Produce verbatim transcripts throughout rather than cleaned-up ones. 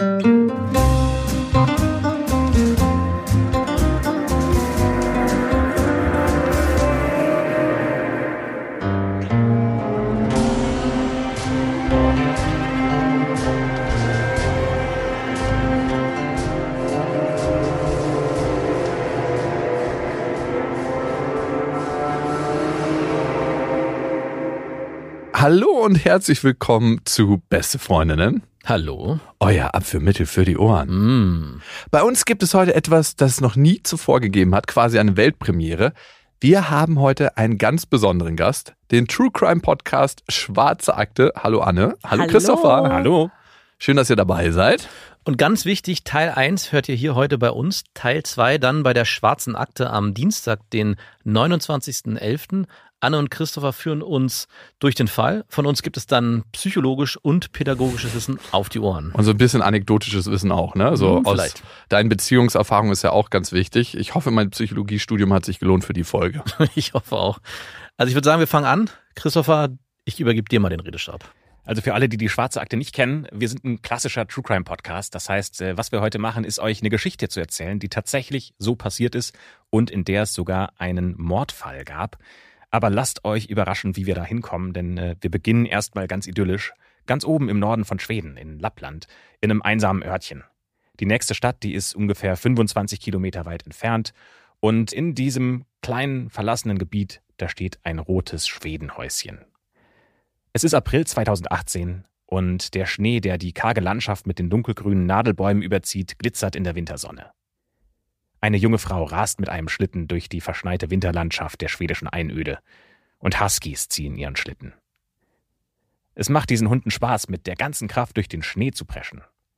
Hallo und herzlich willkommen zu Beste Freundinnen. Hallo. Euer Abführmittel für die Ohren. Mm. Bei uns gibt es heute etwas, das es noch nie zuvor gegeben hat, quasi eine Weltpremiere. Wir haben heute einen ganz besonderen Gast, den True Crime Podcast Schwarze Akte. Hallo Anne. Hallo, Hallo. Christopher. Hallo. Schön, dass ihr dabei seid. Und ganz wichtig, Teil eins hört ihr hier heute bei uns, Teil zwei dann bei der Schwarzen Akte am Dienstag, den neunundzwanzigsten elften Anne und Christopher führen uns durch den Fall. Von uns gibt es dann psychologisch und pädagogisches Wissen auf die Ohren. Und so ein bisschen anekdotisches Wissen auch, ne? So Hm, aus vielleicht. deinen Beziehungserfahrungen ist ja auch ganz wichtig. Ich hoffe, mein Psychologiestudium hat sich gelohnt für die Folge. Ich hoffe auch. Also ich würde sagen, wir fangen an. Christopher, ich übergebe dir mal den Redestab. Also für alle, die die Schwarze Akte nicht kennen, wir sind ein klassischer True Crime Podcast. Das heißt, was wir heute machen, ist euch eine Geschichte zu erzählen, die tatsächlich so passiert ist und in der es sogar einen Mordfall gab. Aber lasst euch überraschen, wie wir da hinkommen, denn äh, wir beginnen erstmal ganz idyllisch, ganz oben im Norden von Schweden, in Lappland, in einem einsamen Örtchen. Die nächste Stadt, die ist ungefähr fünfundzwanzig Kilometer weit entfernt und in diesem kleinen, verlassenen Gebiet, da steht ein rotes Schwedenhäuschen. Es ist April zweitausendachtzehn und der Schnee, der die karge Landschaft mit den dunkelgrünen Nadelbäumen überzieht, glitzert in der Wintersonne. Eine junge Frau rast mit einem Schlitten durch die verschneite Winterlandschaft der schwedischen Einöde und Huskies ziehen ihren Schlitten. Es macht diesen Hunden Spaß, mit der ganzen Kraft durch den Schnee zu preschen.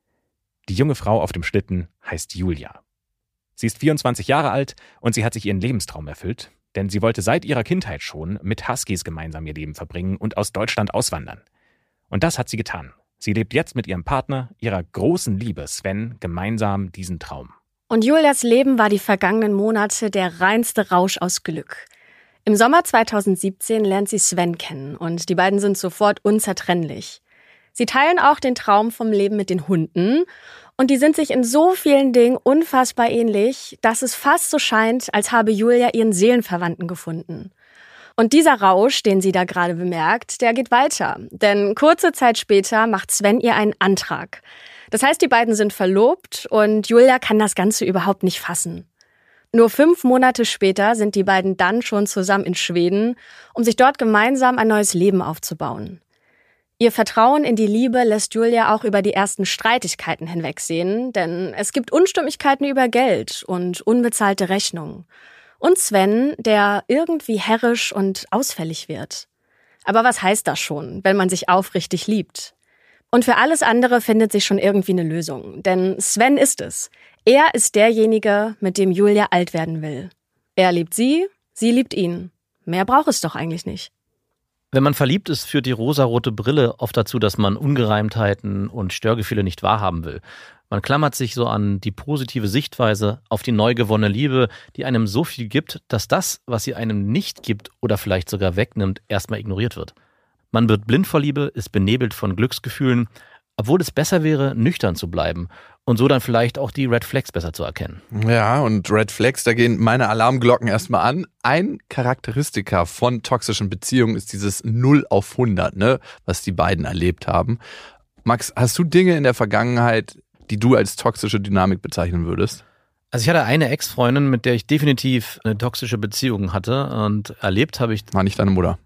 Die junge Frau auf dem Schlitten heißt Julia. Sie ist vierundzwanzig Jahre alt und sie hat sich ihren Lebenstraum erfüllt, denn sie wollte seit ihrer Kindheit schon mit Huskies gemeinsam ihr Leben verbringen und aus Deutschland auswandern. Und das hat sie getan. Sie lebt jetzt mit ihrem Partner, ihrer großen Liebe Sven, gemeinsam diesen Traum. Und Julias Leben war die vergangenen Monate der reinste Rausch aus Glück. Im Sommer zweitausendsiebzehn lernt sie Sven kennen und die beiden sind sofort unzertrennlich. Sie teilen auch den Traum vom Leben mit den Hunden und die sind sich in so vielen Dingen unfassbar ähnlich, dass es fast so scheint, als habe Julia ihren Seelenverwandten gefunden. Und dieser Rausch, den sie da gerade bemerkt, der geht weiter. Denn kurze Zeit später macht Sven ihr einen Antrag. Das heißt, die beiden sind verlobt und Julia kann das Ganze überhaupt nicht fassen. Nur fünf Monate später sind die beiden dann schon zusammen in Schweden, um sich dort gemeinsam ein neues Leben aufzubauen. Ihr Vertrauen in die Liebe lässt Julia auch über die ersten Streitigkeiten hinwegsehen, denn es gibt Unstimmigkeiten über Geld und unbezahlte Rechnungen. Und Sven, der irgendwie herrisch und ausfällig wird. Aber was heißt das schon, wenn man sich aufrichtig liebt? Und für alles andere findet sich schon irgendwie eine Lösung. Denn Sven ist es. Er ist derjenige, mit dem Julia alt werden will. Er liebt sie, sie liebt ihn. Mehr braucht es doch eigentlich nicht. Wenn man verliebt ist, führt die rosarote Brille oft dazu, dass man Ungereimtheiten und Störgefühle nicht wahrhaben will. Man klammert sich so an die positive Sichtweise auf die neu gewonnene Liebe, die einem so viel gibt, dass das, was sie einem nicht gibt oder vielleicht sogar wegnimmt, erstmal ignoriert wird. Man wird blind vor Liebe, ist benebelt von Glücksgefühlen, obwohl es besser wäre, nüchtern zu bleiben und so dann vielleicht auch die Red Flags besser zu erkennen. Ja, und Red Flags, da gehen meine Alarmglocken erstmal an. Ein Charakteristika von toxischen Beziehungen ist dieses null auf hundert, ne, was die beiden erlebt haben. Max, hast du Dinge in der Vergangenheit, die du als toxische Dynamik bezeichnen würdest? Also ich hatte eine Ex-Freundin, mit der ich definitiv eine toxische Beziehung hatte und erlebt habe ich... War nicht deine Mutter?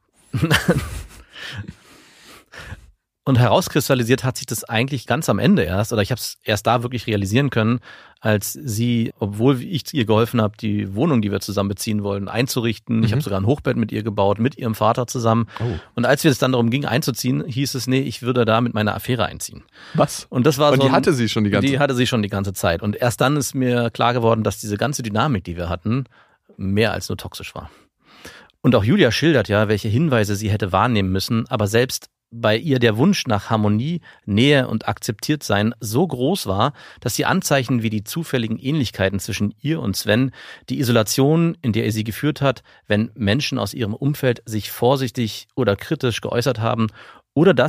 Und herauskristallisiert hat sich das eigentlich ganz am Ende erst, oder ich habe es erst da wirklich realisieren können, als sie, obwohl ich ihr geholfen habe, die Wohnung, die wir zusammen beziehen wollten, einzurichten. Mhm. Ich habe sogar ein Hochbett mit ihr gebaut, mit ihrem Vater zusammen. Oh. Und als wir es dann darum ging, einzuziehen, hieß es, nee, ich würde da mit meiner Affäre einziehen. Was? Und das war Und so die ein, hatte sie schon die ganze Zeit? Die hatte sie schon die ganze Zeit. Und erst dann ist mir klar geworden, dass diese ganze Dynamik, die wir hatten, mehr als nur toxisch war. Und auch Julia schildert ja, welche Hinweise sie hätte wahrnehmen müssen, aber selbst bei ihr der Wunsch nach Harmonie, Nähe und Akzeptiertsein so groß war, dass die Anzeichen wie die zufälligen Ähnlichkeiten zwischen ihr und Sven, die Isolation, in der er sie geführt hat, wenn Menschen aus ihrem Umfeld sich vorsichtig oder kritisch geäußert haben, oder das,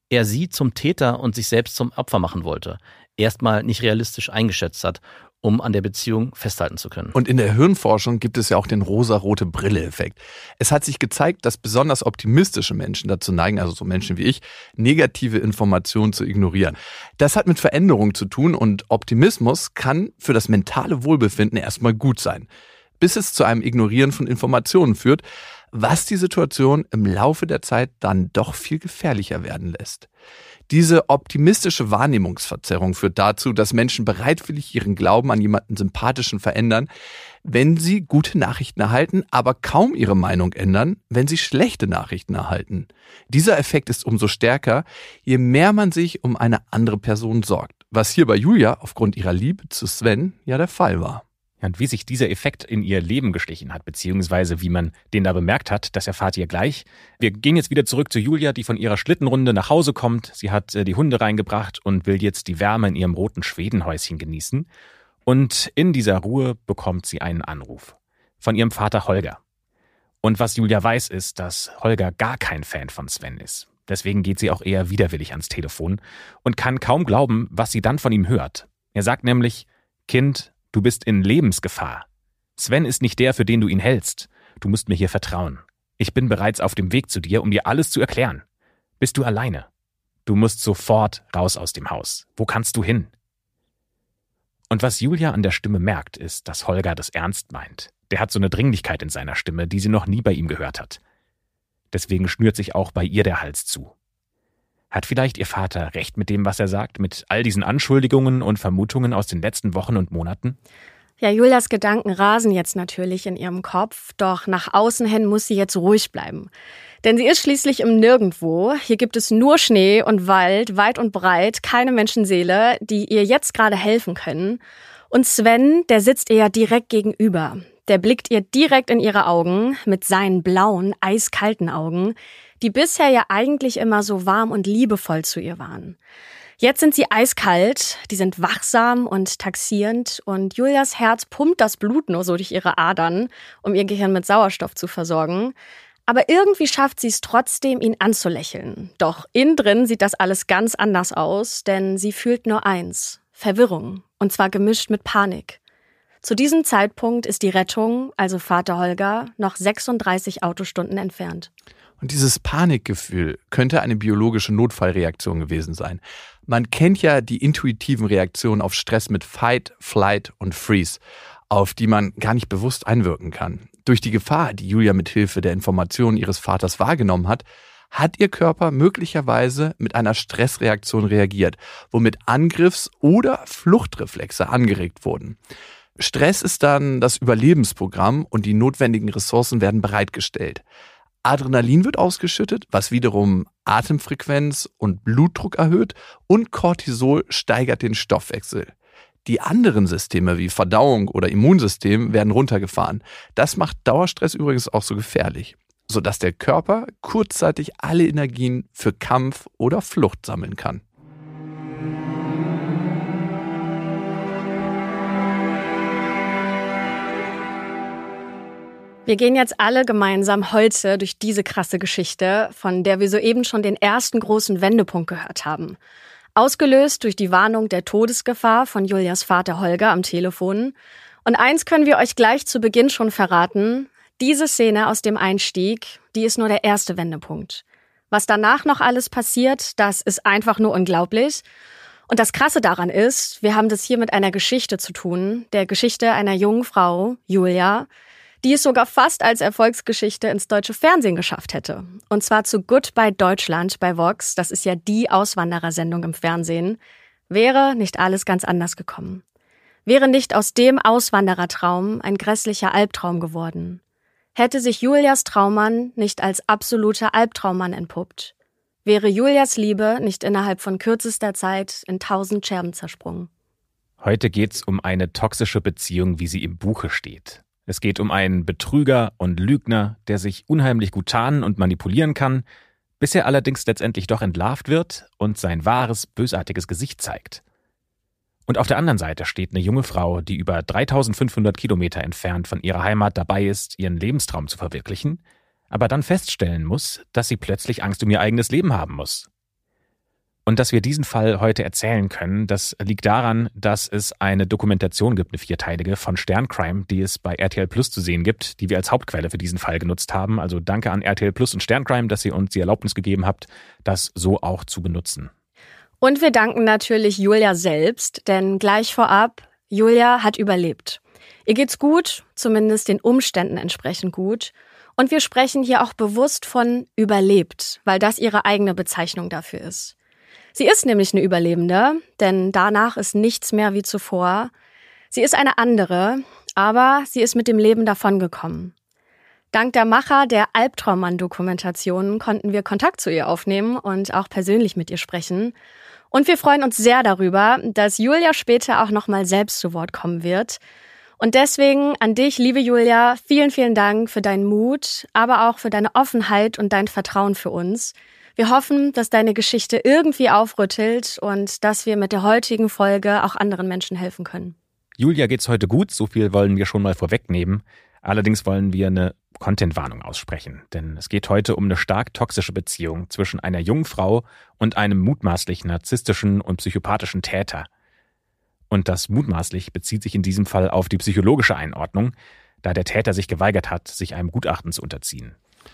er sie zum Täter und sich selbst zum Opfer machen wollte, erstmal nicht realistisch eingeschätzt hat, um an der Beziehung festhalten zu können. Und in der Hirnforschung gibt es ja auch den rosarote Brille-Effekt. Es hat sich gezeigt, dass besonders optimistische Menschen dazu neigen, also so Menschen wie ich, negative Informationen zu ignorieren. Das hat mit Veränderung zu tun und Optimismus kann für das mentale Wohlbefinden erstmal gut sein, bis es zu einem Ignorieren von Informationen führt, was die Situation im Laufe der Zeit dann doch viel gefährlicher werden lässt. Diese optimistische Wahrnehmungsverzerrung führt dazu, dass Menschen bereitwillig ihren Glauben an jemanden Sympathischen verändern, wenn sie gute Nachrichten erhalten, aber kaum ihre Meinung ändern, wenn sie schlechte Nachrichten erhalten. Dieser Effekt ist umso stärker, je mehr man sich um eine andere Person sorgt, was hier bei Julia aufgrund ihrer Liebe zu Sven ja der Fall war. Ja, und wie sich dieser Effekt in ihr Leben geschlichen hat, beziehungsweise wie man den da bemerkt hat, das erfahrt ihr gleich. Wir gehen jetzt wieder zurück zu Julia, die von ihrer Schlittenrunde nach Hause kommt. Sie hat äh, die Hunde reingebracht und will jetzt die Wärme in ihrem roten Schwedenhäuschen genießen. Und in dieser Ruhe bekommt sie einen Anruf von ihrem Vater Holger. Und was Julia weiß, ist, dass Holger gar kein Fan von Sven ist. Deswegen geht sie auch eher widerwillig ans Telefon und kann kaum glauben, was sie dann von ihm hört. Er sagt nämlich: Kind, du bist in Lebensgefahr. Sven ist nicht der, für den du ihn hältst. Du musst mir hier vertrauen. Ich bin bereits auf dem Weg zu dir, um dir alles zu erklären. Bist du alleine? Du musst sofort raus aus dem Haus. Wo kannst du hin? Und was Julia an der Stimme merkt, ist, dass Holger das ernst meint. Der hat so eine Dringlichkeit in seiner Stimme, die sie noch nie bei ihm gehört hat. Deswegen schnürt sich auch bei ihr der Hals zu. Hat vielleicht ihr Vater recht mit dem, was er sagt, mit all diesen Anschuldigungen und Vermutungen aus den letzten Wochen und Monaten? Ja, Julias Gedanken rasen jetzt natürlich in ihrem Kopf, doch nach außen hin muss sie jetzt ruhig bleiben. Denn sie ist schließlich im Nirgendwo. Hier gibt es nur Schnee und Wald, weit und breit, keine Menschenseele, die ihr jetzt gerade helfen können. Und Sven, der sitzt ihr ja direkt gegenüber. Der blickt ihr direkt in ihre Augen mit seinen blauen, eiskalten Augen, die bisher ja eigentlich immer so warm und liebevoll zu ihr waren. Jetzt sind sie eiskalt, die sind wachsam und taxierend und Julias Herz pumpt das Blut nur so durch ihre Adern, um ihr Gehirn mit Sauerstoff zu versorgen. Aber irgendwie schafft sie es trotzdem, ihn anzulächeln. Doch innen drin sieht das alles ganz anders aus, denn sie fühlt nur eins: Verwirrung, und zwar gemischt mit Panik. Zu diesem Zeitpunkt ist die Rettung, also Vater Holger, noch sechsunddreißig Autostunden entfernt. Und dieses Panikgefühl könnte eine biologische Notfallreaktion gewesen sein. Man kennt ja die intuitiven Reaktionen auf Stress mit Fight, Flight und Freeze, auf die man gar nicht bewusst einwirken kann. Durch die Gefahr, die Julia mit Hilfe der Informationen ihres Vaters wahrgenommen hat, hat ihr Körper möglicherweise mit einer Stressreaktion reagiert, womit Angriffs- oder Fluchtreflexe angeregt wurden. Stress ist dann das Überlebensprogramm und die notwendigen Ressourcen werden bereitgestellt. Adrenalin wird ausgeschüttet, was wiederum Atemfrequenz und Blutdruck erhöht, und Cortisol steigert den Stoffwechsel. Die anderen Systeme wie Verdauung oder Immunsystem werden runtergefahren. Das macht Dauerstress übrigens auch so gefährlich, sodass der Körper kurzzeitig alle Energien für Kampf oder Flucht sammeln kann. Wir gehen jetzt alle gemeinsam heute durch diese krasse Geschichte, von der wir soeben schon den ersten großen Wendepunkt gehört haben. Ausgelöst durch die Warnung der Todesgefahr von Julias Vater Holger am Telefon. Und eins können wir euch gleich zu Beginn schon verraten: Diese Szene aus dem Einstieg, die ist nur der erste Wendepunkt. Was danach noch alles passiert, das ist einfach nur unglaublich. Und das Krasse daran ist, wir haben das hier mit einer Geschichte zu tun, der Geschichte einer jungen Frau, Julia, die es sogar fast als Erfolgsgeschichte ins deutsche Fernsehen geschafft hätte. Und zwar zu Goodbye Deutschland bei Vox, das ist ja die Auswanderersendung im Fernsehen, wäre nicht alles ganz anders gekommen. Wäre nicht aus dem Auswanderertraum ein grässlicher Albtraum geworden. Hätte sich Julias Traummann nicht als absoluter Albtraummann entpuppt. Wäre Julias Liebe nicht innerhalb von kürzester Zeit in tausend Scherben zersprungen. Heute geht's um eine toxische Beziehung, wie sie im Buche steht. Es geht um einen Betrüger und Lügner, der sich unheimlich gut tarnen und manipulieren kann, bis er allerdings letztendlich doch entlarvt wird und sein wahres, bösartiges Gesicht zeigt. Und auf der anderen Seite steht eine junge Frau, die über dreitausendfünfhundert Kilometer entfernt von ihrer Heimat dabei ist, ihren Lebenstraum zu verwirklichen, aber dann feststellen muss, dass sie plötzlich Angst um ihr eigenes Leben haben muss. Und dass wir diesen Fall heute erzählen können, das liegt daran, dass es eine Dokumentation gibt, eine vierteilige von Sterncrime, die es bei R T L Plus zu sehen gibt, die wir als Hauptquelle für diesen Fall genutzt haben. Also danke an R T L Plus und Sterncrime, dass ihr uns die Erlaubnis gegeben habt, das so auch zu benutzen. Und wir danken natürlich Julia selbst, denn gleich vorab, Julia hat überlebt. Ihr geht's gut, zumindest den Umständen entsprechend gut. Und wir sprechen hier auch bewusst von überlebt, weil das ihre eigene Bezeichnung dafür ist. Sie ist nämlich eine Überlebende, denn danach ist nichts mehr wie zuvor. Sie ist eine andere, aber sie ist mit dem Leben davongekommen. Dank der Macher der Albtraummann-Dokumentationen konnten wir Kontakt zu ihr aufnehmen und auch persönlich mit ihr sprechen. Und wir freuen uns sehr darüber, dass Julia später auch nochmal selbst zu Wort kommen wird. Und deswegen an dich, liebe Julia, vielen, vielen Dank für deinen Mut, aber auch für deine Offenheit und dein Vertrauen für uns. Wir hoffen, dass deine Geschichte irgendwie aufrüttelt und dass wir mit der heutigen Folge auch anderen Menschen helfen können. Julia geht's heute gut, so viel wollen wir schon mal vorwegnehmen. Allerdings wollen wir eine Content-Warnung aussprechen, denn es geht heute um eine stark toxische Beziehung zwischen einer jungen Frau und einem mutmaßlich narzisstischen und psychopathischen Täter. Und das mutmaßlich bezieht sich in diesem Fall auf die psychologische Einordnung, da der Täter sich geweigert hat, sich einem Gutachten zu unterziehen.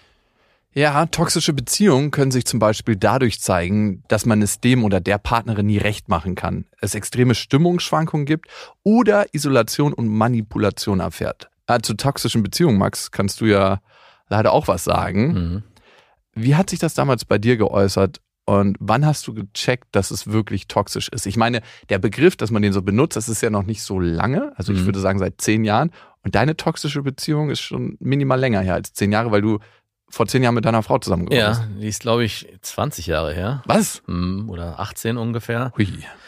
Ja, toxische Beziehungen können sich zum Beispiel dadurch zeigen, dass man es dem oder der Partnerin nie recht machen kann, es extreme Stimmungsschwankungen gibt oder Isolation und Manipulation erfährt. Ja, zu toxischen Beziehungen, Max, kannst du ja leider auch was sagen. Mhm. Wie hat sich das damals bei dir geäußert und wann hast du gecheckt, dass es wirklich toxisch ist? Ich meine, der Begriff, dass man den so benutzt, das ist ja noch nicht so lange, also ich Mhm. würde sagen seit zehn Jahren. Und deine toxische Beziehung ist schon minimal länger her als zehn Jahre, weil du vor zehn Jahren mit deiner Frau zusammengekommen bist. Ja, die ist, glaube ich, zwanzig Jahre her. Was? Hm, Oder achtzehn ungefähr. Hui.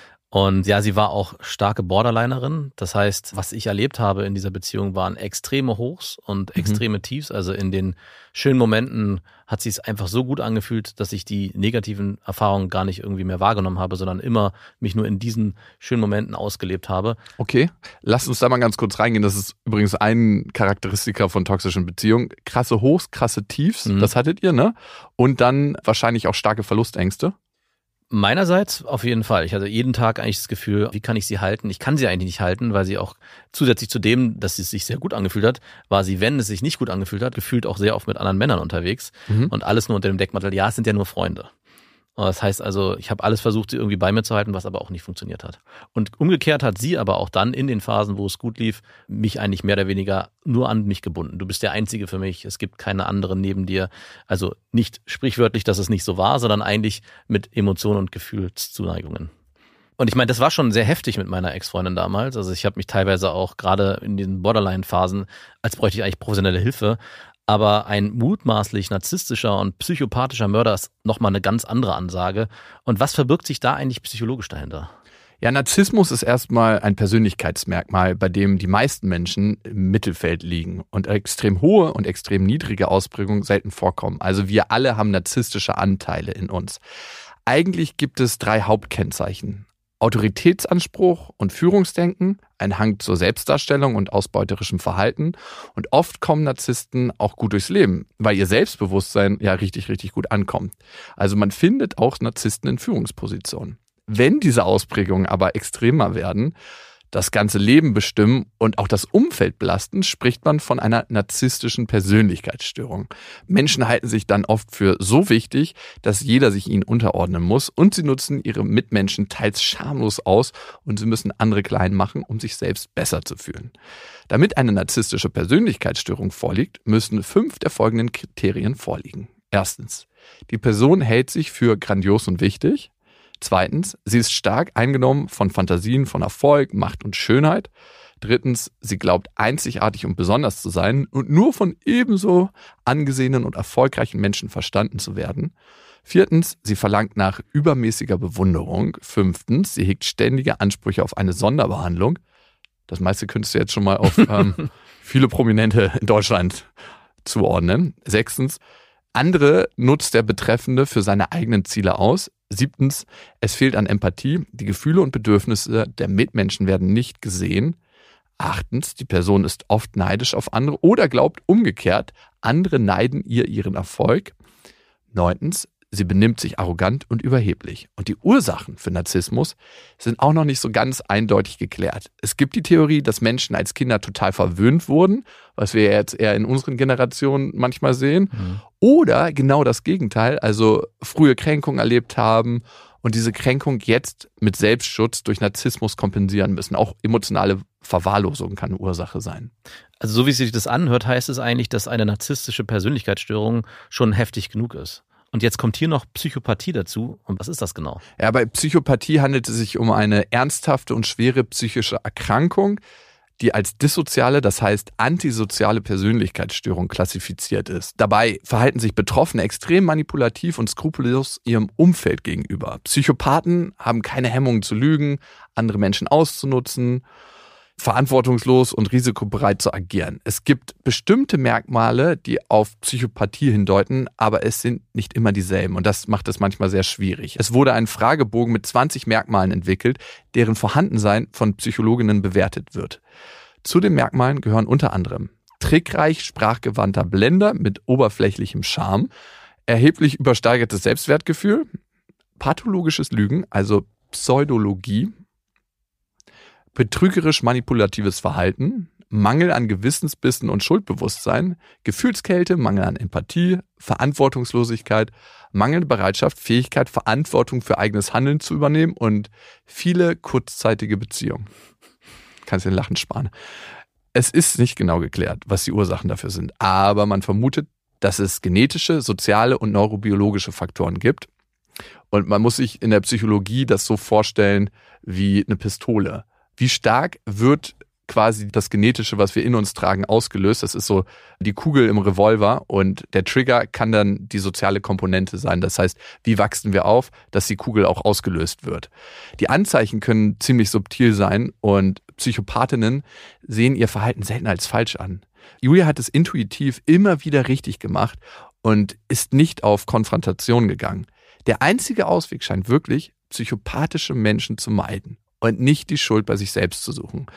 Und ja, sie war auch starke Borderlinerin. Das heißt, was ich erlebt habe in dieser Beziehung waren extreme Hochs und Mhm. extreme Tiefs. Also in den schönen Momenten hat sie es einfach so gut angefühlt, dass ich die negativen Erfahrungen gar nicht irgendwie mehr wahrgenommen habe, sondern immer mich nur in diesen schönen Momenten ausgelebt habe. Okay, lass uns da mal ganz kurz reingehen. Das ist übrigens ein Charakteristika von toxischen Beziehungen. Krasse Hochs, krasse Tiefs, Mhm. das hattet ihr, ne? Und dann wahrscheinlich auch starke Verlustängste. Meinerseits auf jeden Fall. Ich hatte jeden Tag eigentlich das Gefühl, wie kann ich sie halten? Ich kann sie eigentlich nicht halten, weil sie auch zusätzlich zu dem, dass sie sich sehr gut angefühlt hat, war sie, wenn es sich nicht gut angefühlt hat, gefühlt auch sehr oft mit anderen Männern unterwegs. Mhm. Und alles nur unter dem Deckmantel, ja, es sind ja nur Freunde. Und das heißt also, ich habe alles versucht, sie irgendwie bei mir zu halten, was aber auch nicht funktioniert hat. Und umgekehrt hat sie aber auch dann in den Phasen, wo es gut lief, mich eigentlich mehr oder weniger nur an mich gebunden. Du bist der Einzige für mich, es gibt keine anderen neben dir. Also nicht sprichwörtlich, dass es nicht so war, sondern eigentlich mit Emotionen und Gefühlszuneigungen. Und ich meine, das war schon sehr heftig mit meiner Ex-Freundin damals. Also ich habe mich teilweise auch gerade in diesen Borderline-Phasen, als bräuchte ich eigentlich professionelle Hilfe. Aber ein mutmaßlich narzisstischer und psychopathischer Mörder ist nochmal eine ganz andere Ansage. Und was verbirgt sich da eigentlich psychologisch dahinter? Ja, Narzissmus ist erstmal ein Persönlichkeitsmerkmal, bei dem die meisten Menschen im Mittelfeld liegen und extrem hohe und extrem niedrige Ausprägungen selten vorkommen. Also wir alle haben narzisstische Anteile in uns. Eigentlich gibt es drei Hauptkennzeichen. Autoritätsanspruch und Führungsdenken, ein Hang zur Selbstdarstellung und ausbeuterischem Verhalten. Und oft kommen Narzissten auch gut durchs Leben, weil ihr Selbstbewusstsein ja richtig, richtig gut ankommt. Also man findet auch Narzissten in Führungspositionen. Wenn diese Ausprägungen aber extremer werden, das ganze Leben bestimmen und auch das Umfeld belasten, spricht man von einer narzisstischen Persönlichkeitsstörung. Menschen halten sich dann oft für so wichtig, dass jeder sich ihnen unterordnen muss und sie nutzen ihre Mitmenschen teils schamlos aus und sie müssen andere klein machen, um sich selbst besser zu fühlen. Damit eine narzisstische Persönlichkeitsstörung vorliegt, müssen fünf der folgenden Kriterien vorliegen. Erstens, die Person hält sich für grandios und wichtig. Zweitens, sie ist stark eingenommen von Fantasien von Erfolg, Macht und Schönheit. Drittens, sie glaubt einzigartig und besonders zu sein und nur von ebenso angesehenen und erfolgreichen Menschen verstanden zu werden. Viertens, sie verlangt nach übermäßiger Bewunderung. Fünftens, sie hegt ständige Ansprüche auf eine Sonderbehandlung. Das meiste könntest du jetzt schon mal auf ähm, viele Prominente in Deutschland zuordnen. Sechstens, andere nutzt der Betreffende für seine eigenen Ziele aus. Siebtens, es fehlt an Empathie. Die Gefühle und Bedürfnisse der Mitmenschen werden nicht gesehen. Achtens, die Person ist oft neidisch auf andere oder glaubt umgekehrt, andere neiden ihr ihren Erfolg. Neuntens, Sie benimmt sich arrogant und überheblich. Und die Ursachen für Narzissmus sind auch noch nicht so ganz eindeutig geklärt. Es gibt die Theorie, dass Menschen als Kinder total verwöhnt wurden, was wir jetzt eher in unseren Generationen manchmal sehen. Mhm. Oder genau das Gegenteil, also frühe Kränkungen erlebt haben und diese Kränkung jetzt mit Selbstschutz durch Narzissmus kompensieren müssen. Auch emotionale Verwahrlosung kann eine Ursache sein. Also so wie sich das anhört, heißt es eigentlich, dass eine narzisstische Persönlichkeitsstörung schon heftig genug ist. Und jetzt kommt hier noch Psychopathie dazu. Und was ist das genau? Ja, bei Psychopathie handelt es sich um eine ernsthafte und schwere psychische Erkrankung, die als dissoziale, das heißt antisoziale Persönlichkeitsstörung klassifiziert ist. Dabei verhalten sich Betroffene extrem manipulativ und skrupellos ihrem Umfeld gegenüber. Psychopathen haben keine Hemmungen zu lügen, andere Menschen auszunutzen, verantwortungslos und risikobereit zu agieren. Es gibt bestimmte Merkmale, die auf Psychopathie hindeuten, aber es sind nicht immer dieselben und das macht es manchmal sehr schwierig. Es wurde ein Fragebogen mit zwanzig Merkmalen entwickelt, deren Vorhandensein von Psychologinnen bewertet wird. Zu den Merkmalen gehören unter anderem trickreich sprachgewandter Blender mit oberflächlichem Charme, erheblich übersteigertes Selbstwertgefühl, pathologisches Lügen, also Pseudologie, betrügerisch-manipulatives Verhalten, Mangel an Gewissensbissen und Schuldbewusstsein, Gefühlskälte, Mangel an Empathie, Verantwortungslosigkeit, mangelnde Bereitschaft, Fähigkeit, Verantwortung für eigenes Handeln zu übernehmen und viele kurzzeitige Beziehungen. Kannst dir den Lachen sparen. Es ist nicht genau geklärt, was die Ursachen dafür sind, aber man vermutet, dass es genetische, soziale und neurobiologische Faktoren gibt. Und man muss sich in der Psychologie das so vorstellen wie eine Pistole. Wie stark wird quasi das Genetische, was wir in uns tragen, ausgelöst? Das ist so die Kugel im Revolver und der Trigger kann dann die soziale Komponente sein. Das heißt, wie wachsen wir auf, dass die Kugel auch ausgelöst wird? Die Anzeichen können ziemlich subtil sein und Psychopathinnen sehen ihr Verhalten selten als falsch an. Julia hat es intuitiv immer wieder richtig gemacht und ist nicht auf Konfrontation gegangen. Der einzige Ausweg scheint wirklich, psychopathische Menschen zu meiden und nicht die Schuld bei sich selbst zu suchen.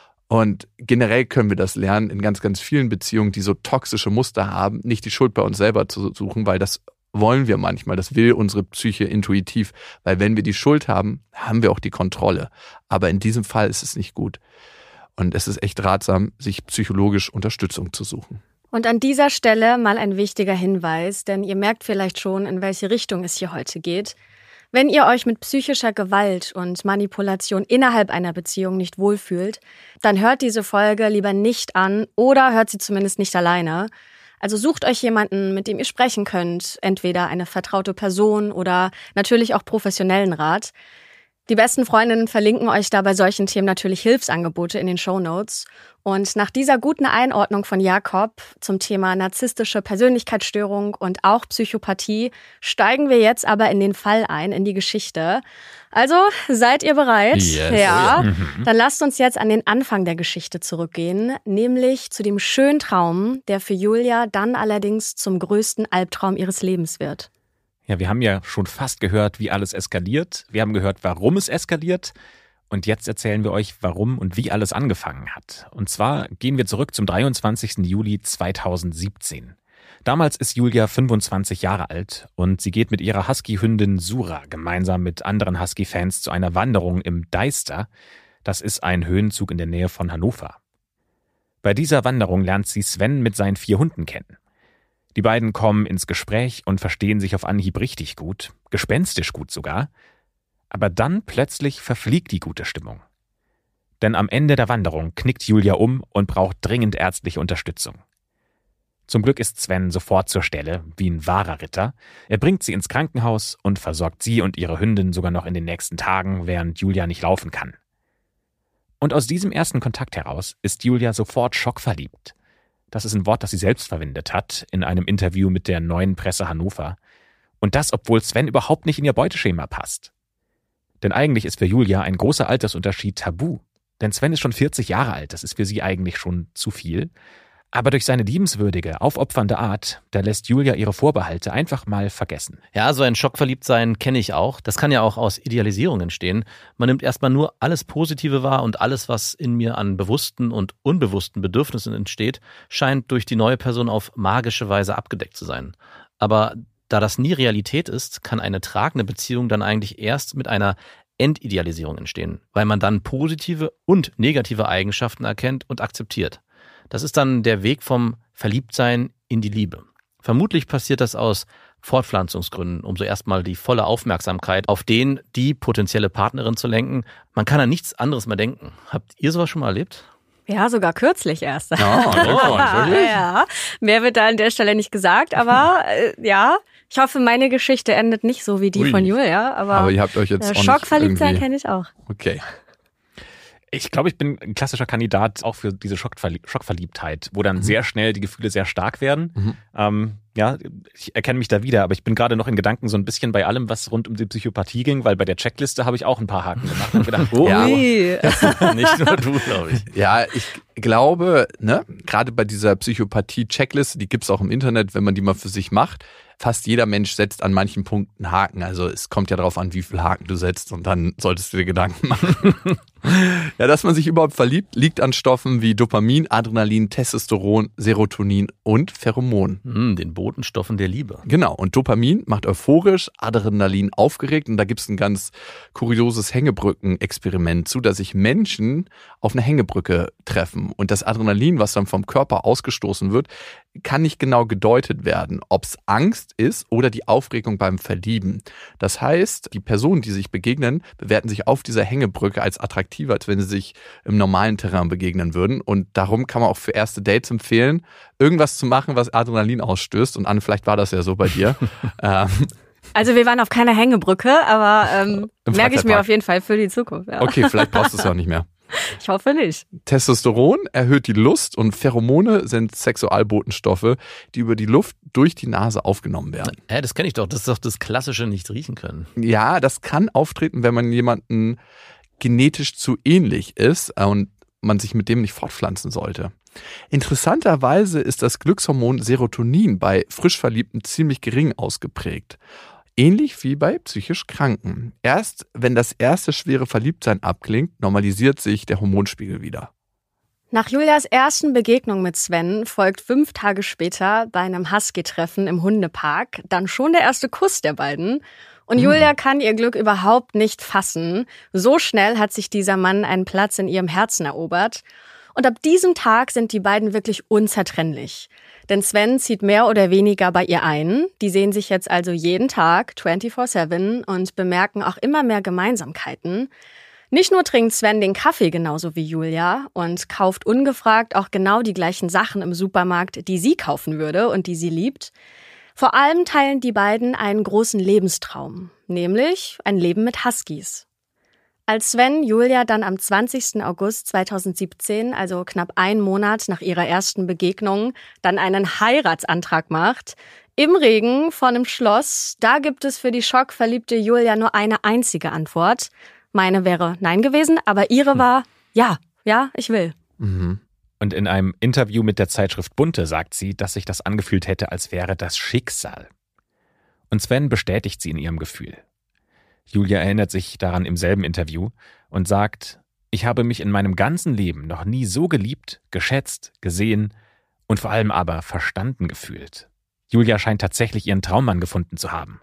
Und generell können wir das lernen in ganz, ganz vielen Beziehungen, die so toxische Muster haben, nicht die Schuld bei uns selber zu suchen, weil das wollen wir manchmal, das will unsere Psyche intuitiv, weil wenn wir die Schuld haben, haben wir auch die Kontrolle. Aber in diesem Fall ist es nicht gut. Und es ist echt ratsam, sich psychologisch Unterstützung zu suchen. Und an dieser Stelle mal ein wichtiger Hinweis, denn ihr merkt vielleicht schon, in welche Richtung es hier heute geht. Wenn ihr euch mit psychischer Gewalt und Manipulation innerhalb einer Beziehung nicht wohlfühlt, dann hört diese Folge lieber nicht an oder hört sie zumindest nicht alleine. Also sucht euch jemanden, mit dem ihr sprechen könnt, entweder eine vertraute Person oder natürlich auch professionellen Rat. Die besten Freundinnen verlinken euch da bei solchen Themen natürlich Hilfsangebote in den Shownotes. Und nach dieser guten Einordnung von Jakob zum Thema narzisstische Persönlichkeitsstörung und auch Psychopathie steigen wir jetzt aber in den Fall ein, in die Geschichte. Also, seid ihr bereit? Yes. Ja. Dann lasst uns jetzt an den Anfang der Geschichte zurückgehen, nämlich zu dem schönen Traum, der für Julia dann allerdings zum größten Albtraum ihres Lebens wird. Ja, wir haben ja schon fast gehört, wie alles eskaliert. Wir haben gehört, warum es eskaliert. Und jetzt erzählen wir euch, warum und wie alles angefangen hat. Und zwar gehen wir zurück zum dreiundzwanzigsten Juli zweitausendsiebzehn. Damals ist Julia fünfundzwanzig Jahre alt und sie geht mit ihrer Husky-Hündin Sura gemeinsam mit anderen Husky-Fans zu einer Wanderung im Deister. Das ist ein Höhenzug in der Nähe von Hannover. Bei dieser Wanderung lernt sie Sven mit seinen vier Hunden kennen. Die beiden kommen ins Gespräch und verstehen sich auf Anhieb richtig gut, gespenstisch gut sogar. Aber dann plötzlich verfliegt die gute Stimmung. Denn am Ende der Wanderung knickt Julia um und braucht dringend ärztliche Unterstützung. Zum Glück ist Sven sofort zur Stelle, wie ein wahrer Ritter. Er bringt sie ins Krankenhaus und versorgt sie und ihre Hündin sogar noch in den nächsten Tagen, während Julia nicht laufen kann. Und aus diesem ersten Kontakt heraus ist Julia sofort schockverliebt. Das ist ein Wort, das sie selbst verwendet hat in einem Interview mit der Neuen Presse Hannover. Und das, obwohl Sven überhaupt nicht in ihr Beuteschema passt. Denn eigentlich ist für Julia ein großer Altersunterschied tabu. Denn Sven ist schon vierzig Jahre alt, das ist für sie eigentlich schon zu viel. Aber durch seine liebenswürdige, aufopfernde Art, da lässt Julia ihre Vorbehalte einfach mal vergessen. Ja, so ein Schockverliebtsein kenne ich auch. Das kann ja auch aus Idealisierung entstehen. Man nimmt erstmal nur alles Positive wahr und alles, was in mir an bewussten und unbewussten Bedürfnissen entsteht, scheint durch die neue Person auf magische Weise abgedeckt zu sein. Aber da das nie Realität ist, kann eine tragende Beziehung dann eigentlich erst mit einer Entidealisierung entstehen, weil man dann positive und negative Eigenschaften erkennt und akzeptiert. Das ist dann der Weg vom Verliebtsein in die Liebe. Vermutlich passiert das aus Fortpflanzungsgründen, um so erstmal die volle Aufmerksamkeit auf den, die potenzielle Partnerin zu lenken. Man kann an nichts anderes mehr denken. Habt ihr sowas schon mal erlebt? Ja, sogar kürzlich erst. Oh, wirklich? Ja, mehr wird da an der Stelle nicht gesagt, aber äh, ja, ich hoffe, meine Geschichte endet nicht so wie die Ui. von Julia, aber, Aber ihr habt euch jetzt äh, auch nicht Schockverliebtsein irgendwie- kenne ich auch. Okay. Ich glaube, ich bin ein klassischer Kandidat auch für diese Schockverlie- Schockverliebtheit, wo dann mhm. sehr schnell die Gefühle sehr stark werden. Mhm. Ähm, ja, ich erkenne mich da wieder, aber ich bin gerade noch in Gedanken so ein bisschen bei allem, was rund um die Psychopathie ging, weil bei der Checkliste habe ich auch ein paar Haken gemacht und gedacht, oh, Ja, Ui. Nicht nur du, glaube ich. Ja, ich glaube, ne, gerade bei dieser Psychopathie-Checkliste, die gibt's auch im Internet, wenn man die mal für sich macht, fast jeder Mensch setzt an manchen Punkten Haken. Also es kommt ja darauf an, wie viel Haken du setzt und dann solltest du dir Gedanken machen. Ja, dass man sich überhaupt verliebt, liegt an Stoffen wie Dopamin, Adrenalin, Testosteron, Serotonin und Pheromon. Hm, den Botenstoffen der Liebe. Genau, und Dopamin macht euphorisch, Adrenalin aufgeregt und da gibt's ein ganz kurioses Hängebrücken-Experiment zu, dass sich Menschen auf einer Hängebrücke treffen und das Adrenalin, was dann vom Körper ausgestoßen wird, kann nicht genau gedeutet werden, ob's Angst ist oder die Aufregung beim Verlieben. Das heißt, die Personen, die sich begegnen, bewerten sich auf dieser Hängebrücke als attraktiver, als wenn sie sich im normalen Terrain begegnen würden. Und darum kann man auch für erste Dates empfehlen, irgendwas zu machen, was Adrenalin ausstößt. Und Anne, vielleicht war das ja so bei dir. ähm, Also wir waren auf keiner Hängebrücke, aber ähm, Im merke ich mir Freizeitpark. auf jeden Fall für die Zukunft. Ja. Okay, vielleicht brauchst du es ja auch nicht mehr. Ich hoffe nicht. Testosteron erhöht die Lust und Pheromone sind Sexualbotenstoffe, die über die Luft durch die Nase aufgenommen werden. Hä, das kenne ich doch. Das ist doch das klassische nicht riechen können. Ja, das kann auftreten, wenn man jemanden genetisch zu ähnlich ist und man sich mit dem nicht fortpflanzen sollte. Interessanterweise ist das Glückshormon Serotonin bei frisch Verliebten ziemlich gering ausgeprägt. Ähnlich wie bei psychisch Kranken. Erst wenn das erste schwere Verliebtsein abklingt, normalisiert sich der Hormonspiegel wieder. Nach Julias ersten Begegnung mit Sven folgt fünf Tage später bei einem Husky-Treffen im Hundepark dann schon der erste Kuss der beiden. Und Julia kann ihr Glück überhaupt nicht fassen. So schnell hat sich dieser Mann einen Platz in ihrem Herzen erobert. Und ab diesem Tag sind die beiden wirklich unzertrennlich. Denn Sven zieht mehr oder weniger bei ihr ein. Die sehen sich jetzt also jeden Tag vierundzwanzig sieben und bemerken auch immer mehr Gemeinsamkeiten. Nicht nur trinkt Sven den Kaffee genauso wie Julia und kauft ungefragt auch genau die gleichen Sachen im Supermarkt, die sie kaufen würde und die sie liebt. Vor allem teilen die beiden einen großen Lebenstraum, nämlich ein Leben mit Huskies. Als Sven Julia dann am zwanzigsten August zweitausendsiebzehn, also knapp einen Monat nach ihrer ersten Begegnung, dann einen Heiratsantrag macht, im Regen vor einem Schloss, da gibt es für die schockverliebte Julia nur eine einzige Antwort. Meine wäre nein gewesen, aber ihre war ja, ja, ich will. Mhm. Und in einem Interview mit der Zeitschrift Bunte sagt sie, dass sich das angefühlt hätte, als wäre das Schicksal. Und Sven bestätigt sie in ihrem Gefühl. Julia erinnert sich daran im selben Interview und sagt, ich habe mich in meinem ganzen Leben noch nie so geliebt, geschätzt, gesehen und vor allem aber verstanden gefühlt. Julia scheint tatsächlich ihren Traummann gefunden zu haben.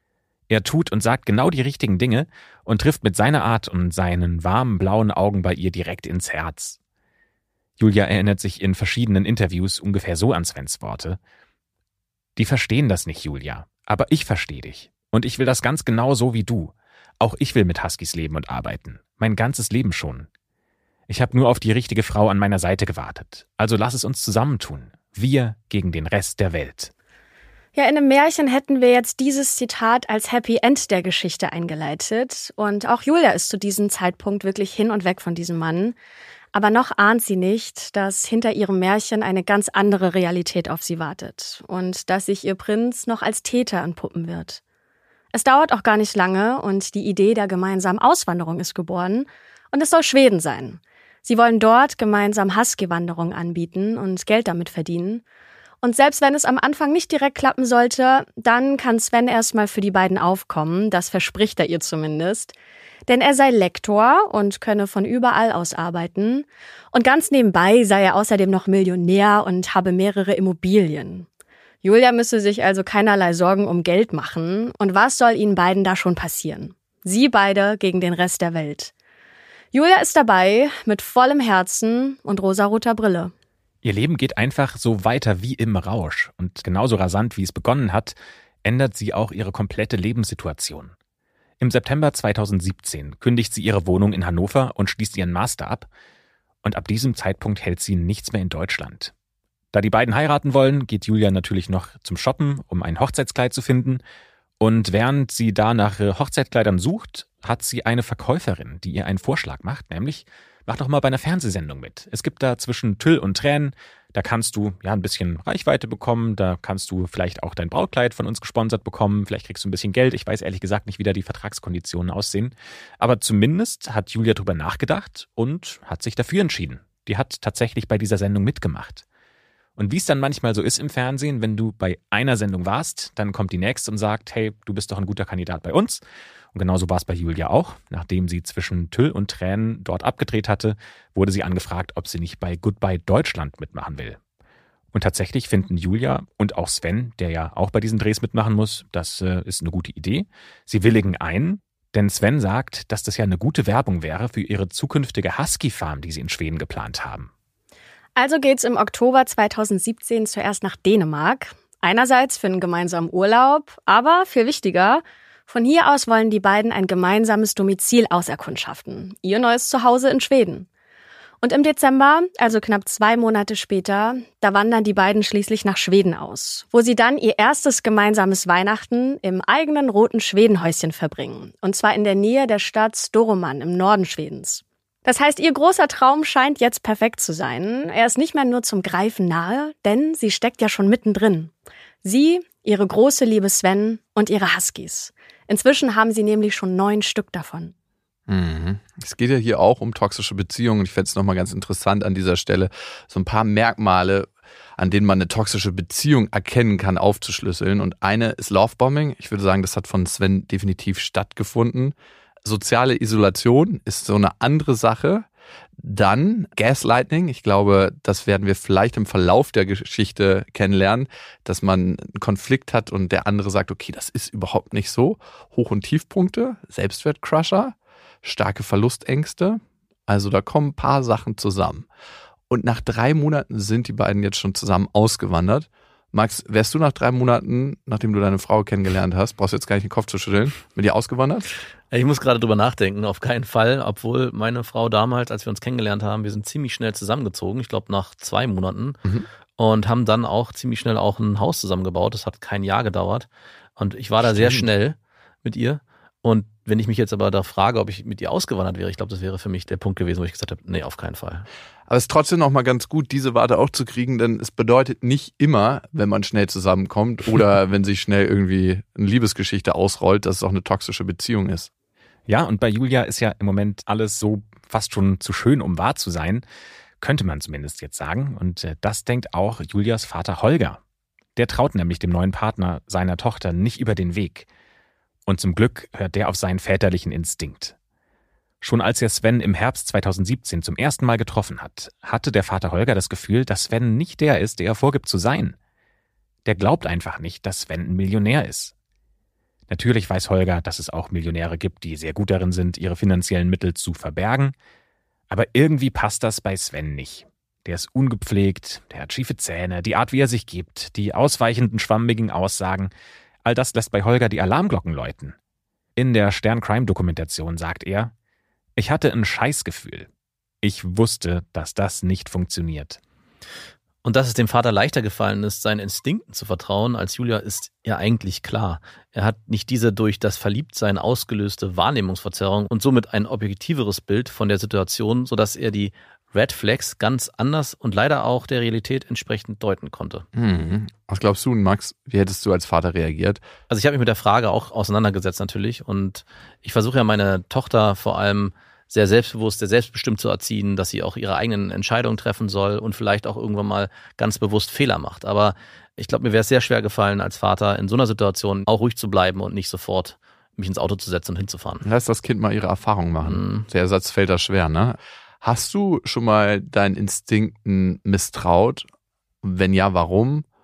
Er tut und sagt genau die richtigen Dinge und trifft mit seiner Art und seinen warmen blauen Augen bei ihr direkt ins Herz. Julia erinnert sich in verschiedenen Interviews ungefähr so an Svens Worte. Die verstehen das nicht, Julia, aber ich verstehe dich. Und ich will das ganz genau so wie du. Auch ich will mit Huskies leben und arbeiten. Mein ganzes Leben schon. Ich habe nur auf die richtige Frau an meiner Seite gewartet. Also lass es uns zusammentun. Wir gegen den Rest der Welt. Ja, in einem Märchen hätten wir jetzt dieses Zitat als Happy End der Geschichte eingeleitet. Und auch Julia ist zu diesem Zeitpunkt wirklich hin und weg von diesem Mann. Aber noch ahnt sie nicht, dass hinter ihrem Märchen eine ganz andere Realität auf sie wartet. Und dass sich ihr Prinz noch als Täter entpuppen wird. Es dauert auch gar nicht lange und die Idee der gemeinsamen Auswanderung ist geboren. Und es soll Schweden sein. Sie wollen dort gemeinsam Husky-Wanderungen anbieten und Geld damit verdienen. Und selbst wenn es am Anfang nicht direkt klappen sollte, dann kann Sven erstmal für die beiden aufkommen. Das verspricht er ihr zumindest. Denn er sei Lektor und könne von überall aus arbeiten. Und ganz nebenbei sei er außerdem noch Millionär und habe mehrere Immobilien. Julia müsse sich also keinerlei Sorgen um Geld machen. Und was soll ihnen beiden da schon passieren? Sie beide gegen den Rest der Welt. Julia ist dabei mit vollem Herzen und rosaroter Brille. Ihr Leben geht einfach so weiter wie im Rausch. Und genauso rasant, wie es begonnen hat, ändert sie auch ihre komplette Lebenssituation. Im September zweitausendsiebzehn kündigt sie ihre Wohnung in Hannover und schließt ihren Master ab. Und ab diesem Zeitpunkt hält sie nichts mehr in Deutschland. Da die beiden heiraten wollen, geht Julia natürlich noch zum Shoppen, um ein Hochzeitskleid zu finden. Und während sie da nach Hochzeitskleidern sucht, hat sie eine Verkäuferin, die ihr einen Vorschlag macht, nämlich: Mach doch mal bei einer Fernsehsendung mit. Es gibt da zwischen Tüll und Tränen, da kannst du ja ein bisschen Reichweite bekommen, da kannst du vielleicht auch dein Brautkleid von uns gesponsert bekommen, vielleicht kriegst du ein bisschen Geld. Ich weiß ehrlich gesagt nicht, wie da die Vertragskonditionen aussehen. Aber zumindest hat Julia drüber nachgedacht und hat sich dafür entschieden. Die hat tatsächlich bei dieser Sendung mitgemacht. Und wie es dann manchmal so ist im Fernsehen, wenn du bei einer Sendung warst, dann kommt die nächste und sagt: Hey, du bist doch ein guter Kandidat bei uns. Und genauso war es bei Julia auch. Nachdem sie zwischen Tüll und Tränen dort abgedreht hatte, wurde sie angefragt, ob sie nicht bei Goodbye Deutschland mitmachen will. Und tatsächlich finden Julia und auch Sven, der ja auch bei diesen Drehs mitmachen muss, das äh, ist eine gute Idee. Sie willigen ein, denn Sven sagt, dass das ja eine gute Werbung wäre für ihre zukünftige Husky-Farm, die sie in Schweden geplant haben. Also geht's im Oktober zweitausendsiebzehn zuerst nach Dänemark. Einerseits für einen gemeinsamen Urlaub, aber viel wichtiger: Von hier aus wollen die beiden ein gemeinsames Domizil auserkundschaften. Ihr neues Zuhause in Schweden. Und im Dezember, also knapp zwei Monate später, da wandern die beiden schließlich nach Schweden aus, wo sie dann ihr erstes gemeinsames Weihnachten im eigenen roten Schwedenhäuschen verbringen. Und zwar in der Nähe der Stadt Storuman im Norden Schwedens. Das heißt, ihr großer Traum scheint jetzt perfekt zu sein. Er ist nicht mehr nur zum Greifen nahe, denn sie steckt ja schon mittendrin. Sie, ihre große Liebe Sven und ihre Huskies. Inzwischen haben sie nämlich schon neun Stück davon. Mhm. Es geht ja hier auch um toxische Beziehungen. Ich fände es nochmal ganz interessant an dieser Stelle, so ein paar Merkmale, an denen man eine toxische Beziehung erkennen kann, aufzuschlüsseln. Und eine ist Lovebombing. Ich würde sagen, das hat von Sven definitiv stattgefunden. Soziale Isolation ist so eine andere Sache. Dann Gaslighting. Ich glaube, das werden wir vielleicht im Verlauf der Geschichte kennenlernen, dass man einen Konflikt hat und der andere sagt: Okay, das ist überhaupt nicht so. Hoch- und Tiefpunkte, Selbstwertcrusher, starke Verlustängste. Also da kommen ein paar Sachen zusammen. Und nach drei Monaten sind die beiden jetzt schon zusammen ausgewandert. Max, wärst du nach drei Monaten, nachdem du deine Frau kennengelernt hast, brauchst du jetzt gar nicht den Kopf zu schütteln, mit ihr ausgewandert? Ich muss gerade drüber nachdenken, auf keinen Fall, obwohl meine Frau damals, als wir uns kennengelernt haben, wir sind ziemlich schnell zusammengezogen, ich glaube nach zwei Monaten mhm. und haben dann auch ziemlich schnell auch ein Haus zusammengebaut. Das hat kein Jahr gedauert und ich war da Stimmt. sehr schnell mit ihr. Und wenn ich mich jetzt aber da frage, ob ich mit ihr ausgewandert wäre, ich glaube, das wäre für mich der Punkt gewesen, wo ich gesagt habe, nee, auf keinen Fall. Aber es ist trotzdem noch mal ganz gut, diese Warte auch zu kriegen, denn es bedeutet nicht immer, wenn man schnell zusammenkommt oder wenn sich schnell irgendwie eine Liebesgeschichte ausrollt, dass es auch eine toxische Beziehung ist. Ja, und bei Julia ist ja im Moment alles so fast schon zu schön, um wahr zu sein, könnte man zumindest jetzt sagen. Und das denkt auch Julias Vater Holger. Der traut nämlich dem neuen Partner seiner Tochter nicht über den Weg. Und zum Glück hört der auf seinen väterlichen Instinkt. Schon als er Sven im Herbst zweitausendsiebzehn zum ersten Mal getroffen hat, hatte der Vater Holger das Gefühl, dass Sven nicht der ist, der er vorgibt zu sein. Der glaubt einfach nicht, dass Sven ein Millionär ist. Natürlich weiß Holger, dass es auch Millionäre gibt, die sehr gut darin sind, ihre finanziellen Mittel zu verbergen. Aber irgendwie passt das bei Sven nicht. Der ist ungepflegt, der hat schiefe Zähne, die Art, wie er sich gibt, die ausweichenden, schwammigen Aussagen. All das lässt bei Holger die Alarmglocken läuten. In der Stern-Crime-Dokumentation sagt er: Ich hatte ein Scheißgefühl. Ich wusste, dass das nicht funktioniert. Und dass es dem Vater leichter gefallen ist, seinen Instinkten zu vertrauen als Julia, ist ja eigentlich klar. Er hat nicht diese durch das Verliebtsein ausgelöste Wahrnehmungsverzerrung und somit ein objektiveres Bild von der Situation, sodass er die Red Flags ganz anders und leider auch der Realität entsprechend deuten konnte. Hm. Was glaubst du, Max? Wie hättest du als Vater reagiert? Also ich habe mich mit der Frage auch auseinandergesetzt natürlich und ich versuche ja meine Tochter vor allem sehr selbstbewusst, sehr selbstbestimmt zu erziehen, dass sie auch ihre eigenen Entscheidungen treffen soll und vielleicht auch irgendwann mal ganz bewusst Fehler macht. Aber ich glaube, mir wäre es sehr schwer gefallen, als Vater in so einer Situation auch ruhig zu bleiben und nicht sofort mich ins Auto zu setzen und hinzufahren. Lass das Kind mal ihre Erfahrungen machen. Mhm. Der Satz fällt da schwer, ne? Hast du schon mal deinen Instinkten misstraut? Wenn ja, warum?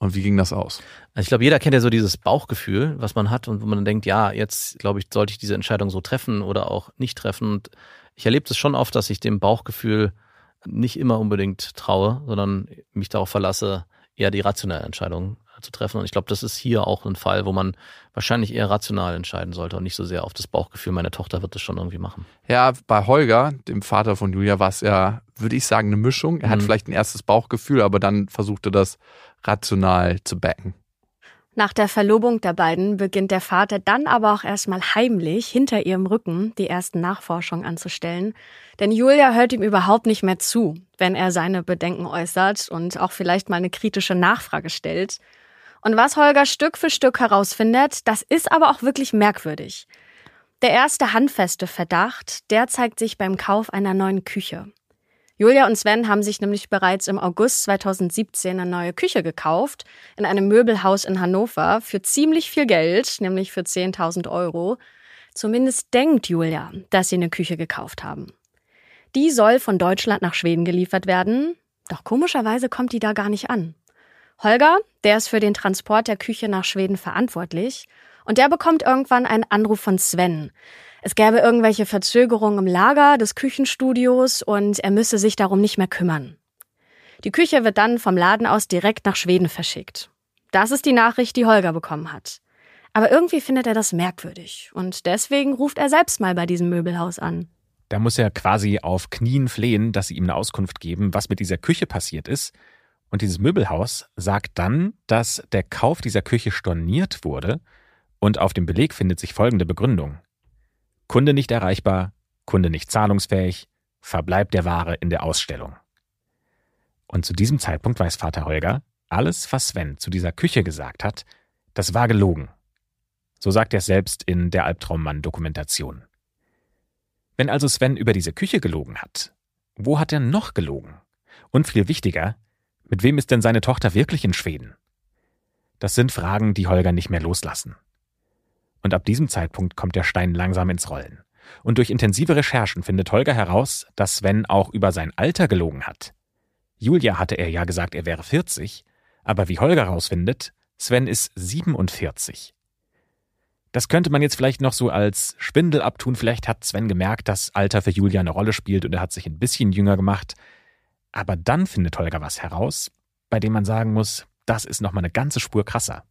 Und wie ging das aus? Also ich glaube, jeder kennt ja so dieses Bauchgefühl, was man hat und wo man denkt, ja, jetzt glaube ich, sollte ich diese Entscheidung so treffen oder auch nicht treffen. Und ich erlebe es schon oft, dass ich dem Bauchgefühl nicht immer unbedingt traue, sondern mich darauf verlasse, eher die rationelle Entscheidung zu treffen. Und ich glaube, das ist hier auch ein Fall, wo man wahrscheinlich eher rational entscheiden sollte und nicht so sehr auf das Bauchgefühl, meine Tochter wird das schon irgendwie machen. Ja, bei Holger, dem Vater von Julia, war es ja, würde ich sagen, eine Mischung. Er hat Mhm. vielleicht ein erstes Bauchgefühl, aber dann versuchte das rational zu backen. Nach der Verlobung der beiden beginnt der Vater dann aber auch erstmal heimlich hinter ihrem Rücken die ersten Nachforschungen anzustellen. Denn Julia hört ihm überhaupt nicht mehr zu, wenn er seine Bedenken äußert und auch vielleicht mal eine kritische Nachfrage stellt. Und was Holger Stück für Stück herausfindet, das ist aber auch wirklich merkwürdig. Der erste handfeste Verdacht, der zeigt sich beim Kauf einer neuen Küche. Julia und Sven haben sich nämlich bereits im August zweitausendsiebzehn eine neue Küche gekauft, in einem Möbelhaus in Hannover, für ziemlich viel Geld, nämlich für zehntausend Euro. Zumindest denkt Julia, dass sie eine Küche gekauft haben. Die soll von Deutschland nach Schweden geliefert werden, doch komischerweise kommt die da gar nicht an. Holger, der ist für den Transport der Küche nach Schweden verantwortlich und der bekommt irgendwann einen Anruf von Sven. Es gäbe irgendwelche Verzögerungen im Lager des Küchenstudios und er müsse sich darum nicht mehr kümmern. Die Küche wird dann vom Laden aus direkt nach Schweden verschickt. Das ist die Nachricht, die Holger bekommen hat. Aber irgendwie findet er das merkwürdig und deswegen ruft er selbst mal bei diesem Möbelhaus an. Da muss er quasi auf Knien flehen, dass sie ihm eine Auskunft geben, was mit dieser Küche passiert ist. Und dieses Möbelhaus sagt dann, dass der Kauf dieser Küche storniert wurde und auf dem Beleg findet sich folgende Begründung. Kunde nicht erreichbar, Kunde nicht zahlungsfähig, Verbleib der Ware in der Ausstellung. Und zu diesem Zeitpunkt weiß Vater Holger, alles, was Sven zu dieser Küche gesagt hat, das war gelogen. So sagt er es selbst in der Albtraummann-Dokumentation. Wenn also Sven über diese Küche gelogen hat, wo hat er noch gelogen? Und viel wichtiger, mit wem ist denn seine Tochter wirklich in Schweden? Das sind Fragen, die Holger nicht mehr loslassen. Und ab diesem Zeitpunkt kommt der Stein langsam ins Rollen. Und durch intensive Recherchen findet Holger heraus, dass Sven auch über sein Alter gelogen hat. Julia hatte er ja gesagt, er wäre vierzig, aber wie Holger herausfindet, Sven ist siebenundvierzig. Das könnte man jetzt vielleicht noch so als Schwindel abtun. Vielleicht hat Sven gemerkt, dass Alter für Julia eine Rolle spielt und er hat sich ein bisschen jünger gemacht. Aber dann findet Holger was heraus, bei dem man sagen muss, das ist nochmal eine ganze Spur krasser.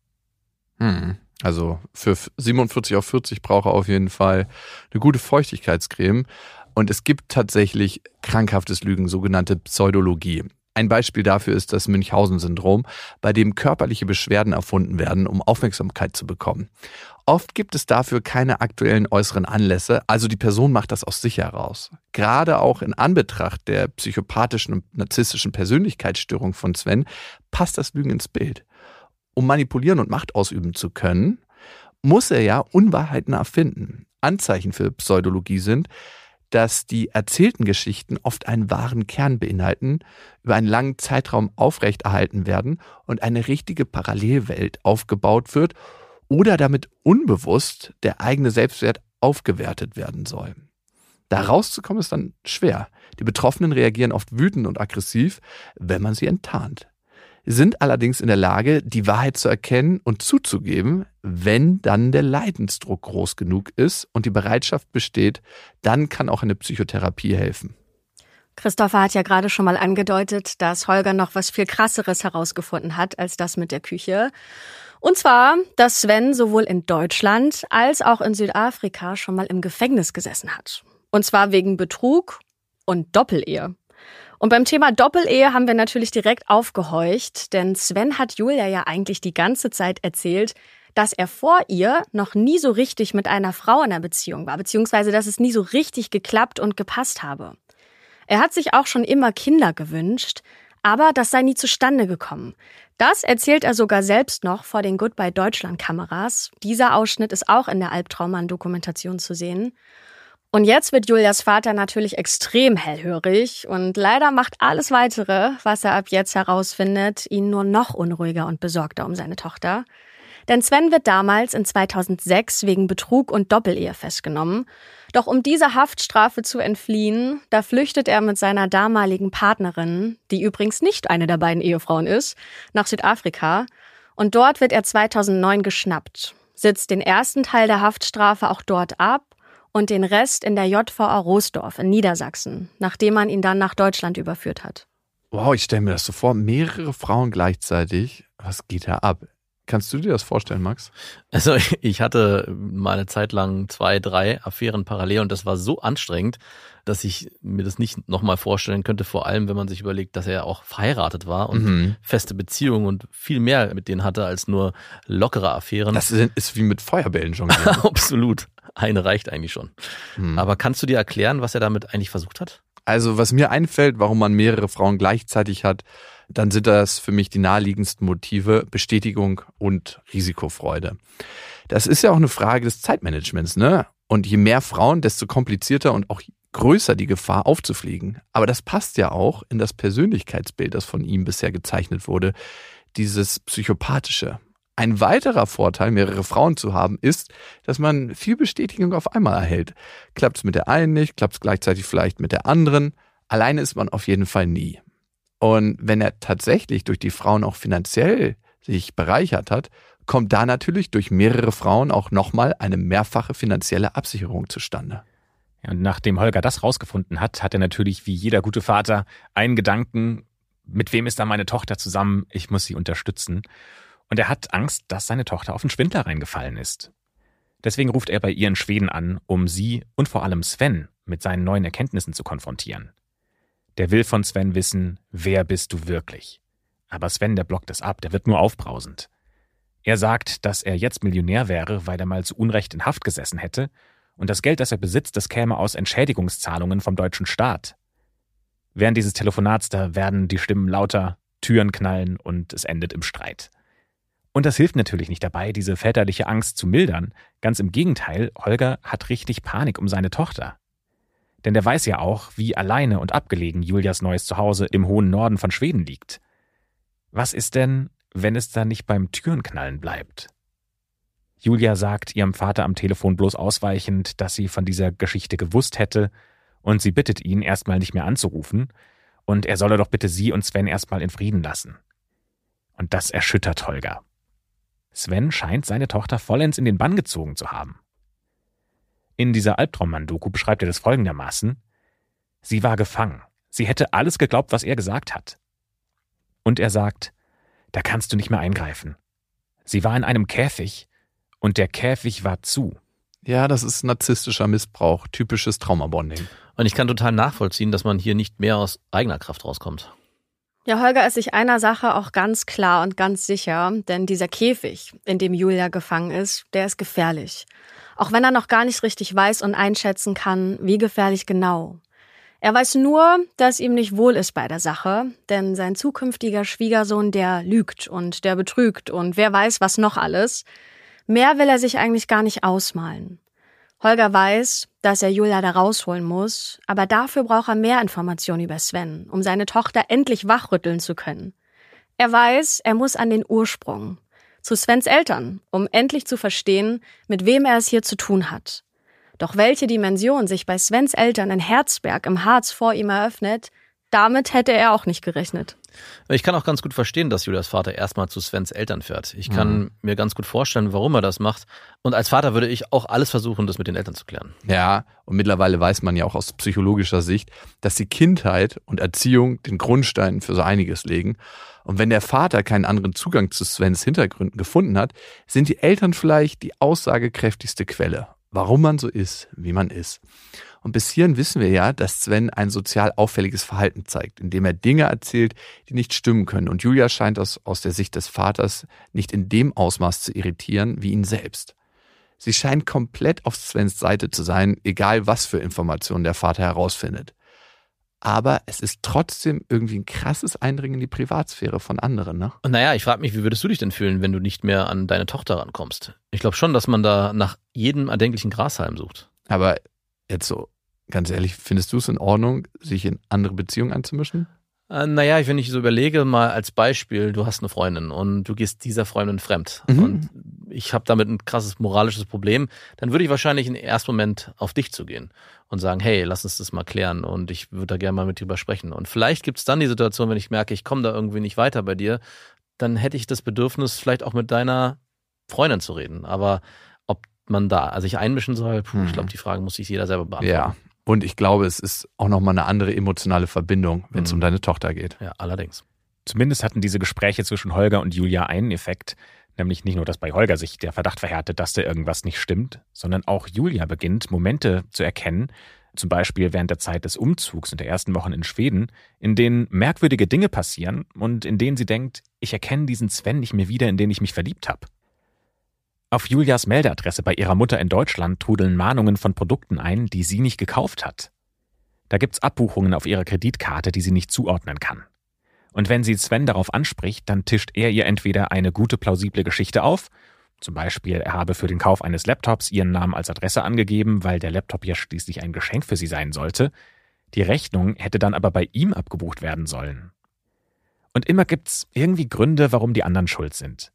Hm. Also für siebenundvierzig auf vierzig braucht er auf jeden Fall eine gute Feuchtigkeitscreme. Und es gibt tatsächlich krankhaftes Lügen, sogenannte Pseudologie. Ein Beispiel dafür ist das Münchhausen-Syndrom, bei dem körperliche Beschwerden erfunden werden, um Aufmerksamkeit zu bekommen. Oft gibt es dafür keine aktuellen äußeren Anlässe, also die Person macht das aus sich heraus. Gerade auch in Anbetracht der psychopathischen und narzisstischen Persönlichkeitsstörung von Sven passt das Lügen ins Bild. Um manipulieren und Macht ausüben zu können, muss er ja Unwahrheiten erfinden. Anzeichen für Pseudologie sind, dass die erzählten Geschichten oft einen wahren Kern beinhalten, über einen langen Zeitraum aufrechterhalten werden und eine richtige Parallelwelt aufgebaut wird oder damit unbewusst der eigene Selbstwert aufgewertet werden soll. Da rauszukommen ist dann schwer. Die Betroffenen reagieren oft wütend und aggressiv, wenn man sie enttarnt. Sind allerdings in der Lage, die Wahrheit zu erkennen und zuzugeben, wenn dann der Leidensdruck groß genug ist und die Bereitschaft besteht, dann kann auch eine Psychotherapie helfen. Christopher hat ja gerade schon mal angedeutet, dass Holger noch was viel Krasseres herausgefunden hat als das mit der Küche. Und zwar, dass Sven sowohl in Deutschland als auch in Südafrika schon mal im Gefängnis gesessen hat. Und zwar wegen Betrug und Doppelehe. Und beim Thema Doppelehe haben wir natürlich direkt aufgehorcht, denn Sven hat Julia ja eigentlich die ganze Zeit erzählt, dass er vor ihr noch nie so richtig mit einer Frau in einer Beziehung war, beziehungsweise dass es nie so richtig geklappt und gepasst habe. Er hat sich auch schon immer Kinder gewünscht, aber das sei nie zustande gekommen. Das erzählt er sogar selbst noch vor den Goodbye Deutschland-Kameras. Dieser Ausschnitt ist auch in der Albtraummann-Dokumentation zu sehen. Und jetzt wird Julias Vater natürlich extrem hellhörig und leider macht alles Weitere, was er ab jetzt herausfindet, ihn nur noch unruhiger und besorgter um seine Tochter. Denn Sven wird damals in zweitausendsechs wegen Betrug und Doppelehe festgenommen. Doch um dieser Haftstrafe zu entfliehen, da flüchtet er mit seiner damaligen Partnerin, die übrigens nicht eine der beiden Ehefrauen ist, nach Südafrika. Und dort wird er zweitausendneun geschnappt, sitzt den ersten Teil der Haftstrafe auch dort ab und den Rest in der J V A Roosdorf in Niedersachsen, nachdem man ihn dann nach Deutschland überführt hat. Wow, ich stelle mir das so vor, mehrere Frauen gleichzeitig. Was geht da ab? Kannst du dir das vorstellen, Max? Also ich hatte mal eine Zeit lang zwei, drei Affären parallel und das war so anstrengend, dass ich mir das nicht nochmal vorstellen könnte, vor allem wenn man sich überlegt, dass er auch verheiratet war und mhm. feste Beziehungen und viel mehr mit denen hatte als nur lockere Affären. Das ist wie mit Feuerbällen jonglieren. Absolut. Eine reicht eigentlich schon. Mhm. Aber kannst du dir erklären, was er damit eigentlich versucht hat? Also was mir einfällt, warum man mehrere Frauen gleichzeitig hat, dann sind das für mich die naheliegendsten Motive Bestätigung und Risikofreude. Das ist ja auch eine Frage des Zeitmanagements, ne? Und je mehr Frauen, desto komplizierter und auch größer die Gefahr aufzufliegen. Aber das passt ja auch in das Persönlichkeitsbild, das von ihm bisher gezeichnet wurde, dieses Psychopathische. Ein weiterer Vorteil, mehrere Frauen zu haben, ist, dass man viel Bestätigung auf einmal erhält. Klappt es mit der einen nicht, klappt es gleichzeitig vielleicht mit der anderen. Alleine ist man auf jeden Fall nie. Und wenn er tatsächlich durch die Frauen auch finanziell sich bereichert hat, kommt da natürlich durch mehrere Frauen auch nochmal eine mehrfache finanzielle Absicherung zustande. Ja, und nachdem Holger das rausgefunden hat, hat er natürlich wie jeder gute Vater einen Gedanken, mit wem ist da meine Tochter zusammen, ich muss sie unterstützen. Und er hat Angst, dass seine Tochter auf einen Schwindler reingefallen ist. Deswegen ruft er bei ihr in Schweden an, um sie und vor allem Sven mit seinen neuen Erkenntnissen zu konfrontieren. Der will von Sven wissen, wer bist du wirklich? Aber Sven, der blockt es ab, der wird nur aufbrausend. Er sagt, dass er jetzt Millionär wäre, weil er mal zu Unrecht in Haft gesessen hätte und das Geld, das er besitzt, das käme aus Entschädigungszahlungen vom deutschen Staat. Während dieses Telefonats, da werden die Stimmen lauter, Türen knallen und es endet im Streit. Und das hilft natürlich nicht dabei, diese väterliche Angst zu mildern. Ganz im Gegenteil, Holger hat richtig Panik um seine Tochter. Denn der weiß ja auch, wie alleine und abgelegen Julias neues Zuhause im hohen Norden von Schweden liegt. Was ist denn, wenn es da nicht beim Türenknallen bleibt? Julia sagt ihrem Vater am Telefon bloß ausweichend, dass sie von dieser Geschichte gewusst hätte und sie bittet ihn, erstmal nicht mehr anzurufen und er solle doch bitte sie und Sven erstmal in Frieden lassen. Und das erschüttert Holger. Sven scheint seine Tochter vollends in den Bann gezogen zu haben. In dieser Albtraummann-Doku beschreibt er das folgendermaßen: Sie war gefangen. Sie hätte alles geglaubt, was er gesagt hat. Und er sagt, da kannst du nicht mehr eingreifen. Sie war in einem Käfig und der Käfig war zu. Ja, das ist narzisstischer Missbrauch, typisches Traumabonding. Und ich kann total nachvollziehen, dass man hier nicht mehr aus eigener Kraft rauskommt. Ja, Holger ist sich einer Sache auch ganz klar und ganz sicher, denn dieser Käfig, in dem Julia gefangen ist, der ist gefährlich. Auch wenn er noch gar nicht richtig weiß und einschätzen kann, wie gefährlich genau. Er weiß nur, dass ihm nicht wohl ist bei der Sache, denn sein zukünftiger Schwiegersohn, der lügt und der betrügt und wer weiß was noch alles. Mehr will er sich eigentlich gar nicht ausmalen. Holger weiß, dass er Julia da rausholen muss, aber dafür braucht er mehr Informationen über Sven, um seine Tochter endlich wachrütteln zu können. Er weiß, er muss an den Ursprung, zu Svens Eltern, um endlich zu verstehen, mit wem er es hier zu tun hat. Doch welche Dimension sich bei Svens Eltern in Herzberg im Harz vor ihm eröffnet, damit hätte er auch nicht gerechnet. Ich kann auch ganz gut verstehen, dass Julias Vater erstmal zu Svens Eltern fährt. Ich kann mhm. mir ganz gut vorstellen, warum er das macht. Und als Vater würde ich auch alles versuchen, das mit den Eltern zu klären. Ja, und mittlerweile weiß man ja auch aus psychologischer Sicht, dass die Kindheit und Erziehung den Grundstein für so einiges legen. Und wenn der Vater keinen anderen Zugang zu Svens Hintergründen gefunden hat, sind die Eltern vielleicht die aussagekräftigste Quelle, warum man so ist, wie man ist. Und bis hierhin wissen wir ja, dass Sven ein sozial auffälliges Verhalten zeigt, indem er Dinge erzählt, die nicht stimmen können. Und Julia scheint das aus der Sicht des Vaters nicht in dem Ausmaß zu irritieren wie ihn selbst. Sie scheint komplett auf Svens Seite zu sein, egal was für Informationen der Vater herausfindet. Aber es ist trotzdem irgendwie ein krasses Eindringen in die Privatsphäre von anderen, ne? Und naja, ich frage mich, wie würdest du dich denn fühlen, wenn du nicht mehr an deine Tochter rankommst? Ich glaube schon, dass man da nach jedem erdenklichen Grashalm sucht. Aber jetzt so, ganz ehrlich, findest du es in Ordnung, sich in andere Beziehungen einzumischen? Äh, naja, wenn ich so überlege, mal als Beispiel, du hast eine Freundin und du gehst dieser Freundin fremd mhm. und ich habe damit ein krasses moralisches Problem, dann würde ich wahrscheinlich im ersten Moment auf dich zugehen und sagen, hey, lass uns das mal klären und ich würde da gerne mal mit dir drüber sprechen. Und vielleicht gibt es dann die Situation, wenn ich merke, ich komme da irgendwie nicht weiter bei dir, dann hätte ich das Bedürfnis, vielleicht auch mit deiner Freundin zu reden. Aber ob man da sich einmischen soll, puh, hm. ich glaube, die Frage muss sich jeder selber beantworten. Ja, und ich glaube, es ist auch nochmal eine andere emotionale Verbindung, wenn es hm. um deine Tochter geht. Ja, allerdings. Zumindest hatten diese Gespräche zwischen Holger und Julia einen Effekt, nämlich nicht nur, dass bei Holger sich der Verdacht verhärtet, dass da irgendwas nicht stimmt, sondern auch Julia beginnt, Momente zu erkennen, zum Beispiel während der Zeit des Umzugs und der ersten Wochen in Schweden, in denen merkwürdige Dinge passieren und in denen sie denkt, ich erkenne diesen Sven nicht mehr wieder, in den ich mich verliebt habe. Auf Julias Meldeadresse bei ihrer Mutter in Deutschland trudeln Mahnungen von Produkten ein, die sie nicht gekauft hat. Da gibt's Abbuchungen auf ihrer Kreditkarte, die sie nicht zuordnen kann. Und wenn sie Sven darauf anspricht, dann tischt er ihr entweder eine gute, plausible Geschichte auf, zum Beispiel, er habe für den Kauf eines Laptops ihren Namen als Adresse angegeben, weil der Laptop ja schließlich ein Geschenk für sie sein sollte. Die Rechnung hätte dann aber bei ihm abgebucht werden sollen. Und immer gibt's irgendwie Gründe, warum die anderen schuld sind.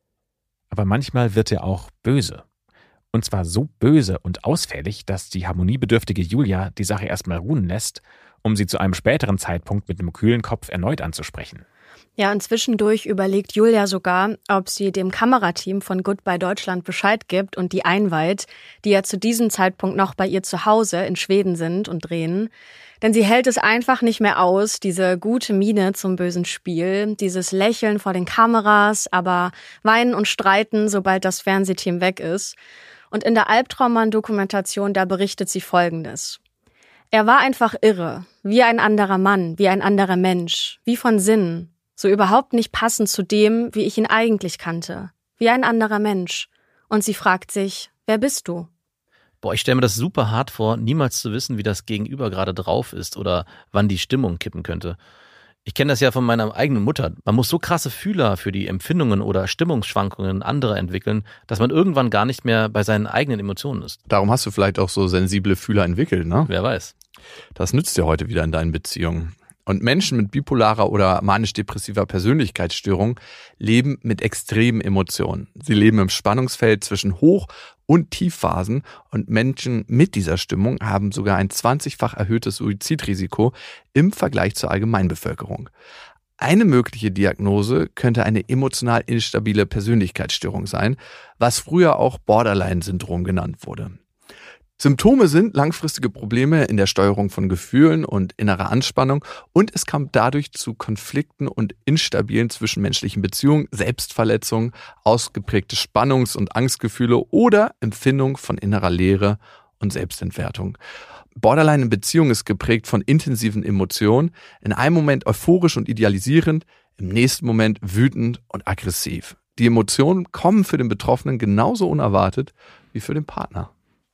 Aber manchmal wird er auch böse. Und zwar so böse und ausfällig, dass die harmoniebedürftige Julia die Sache erstmal ruhen lässt, um sie zu einem späteren Zeitpunkt mit einem kühlen Kopf erneut anzusprechen. Ja, und zwischendurch überlegt Julia sogar, ob sie dem Kamerateam von Goodbye Deutschland Bescheid gibt und die einweiht, die ja zu diesem Zeitpunkt noch bei ihr zu Hause in Schweden sind und drehen. Denn sie hält es einfach nicht mehr aus, diese gute Miene zum bösen Spiel, dieses Lächeln vor den Kameras, aber weinen und streiten, sobald das Fernsehteam weg ist. Und in der Albtraummann-Dokumentation, da berichtet sie Folgendes. Er war einfach irre, wie ein anderer Mann, wie ein anderer Mensch, wie von Sinnen. So überhaupt nicht passend zu dem, wie ich ihn eigentlich kannte. Wie ein anderer Mensch. Und sie fragt sich, wer bist du? Boah, ich stelle mir das super hart vor, niemals zu wissen, wie das Gegenüber gerade drauf ist oder wann die Stimmung kippen könnte. Ich kenne das ja von meiner eigenen Mutter. Man muss so krasse Fühler für die Empfindungen oder Stimmungsschwankungen anderer entwickeln, dass man irgendwann gar nicht mehr bei seinen eigenen Emotionen ist. Darum hast du vielleicht auch so sensible Fühler entwickelt, ne? Wer weiß. Das nützt dir heute wieder in deinen Beziehungen. Und Menschen mit bipolarer oder manisch-depressiver Persönlichkeitsstörung leben mit extremen Emotionen. Sie leben im Spannungsfeld zwischen Hoch- und Tiefphasen und Menschen mit dieser Stimmung haben sogar ein zwanzigfach erhöhtes Suizidrisiko im Vergleich zur Allgemeinbevölkerung. Eine mögliche Diagnose könnte eine emotional instabile Persönlichkeitsstörung sein, was früher auch Borderline-Syndrom genannt wurde. Symptome sind langfristige Probleme in der Steuerung von Gefühlen und innerer Anspannung und es kam dadurch zu Konflikten und instabilen zwischenmenschlichen Beziehungen, Selbstverletzungen, ausgeprägte Spannungs- und Angstgefühle oder Empfindung von innerer Leere und Selbstentwertung. Borderline in Beziehung ist geprägt von intensiven Emotionen, in einem Moment euphorisch und idealisierend, im nächsten Moment wütend und aggressiv. Die Emotionen kommen für den Betroffenen genauso unerwartet wie für den Partner.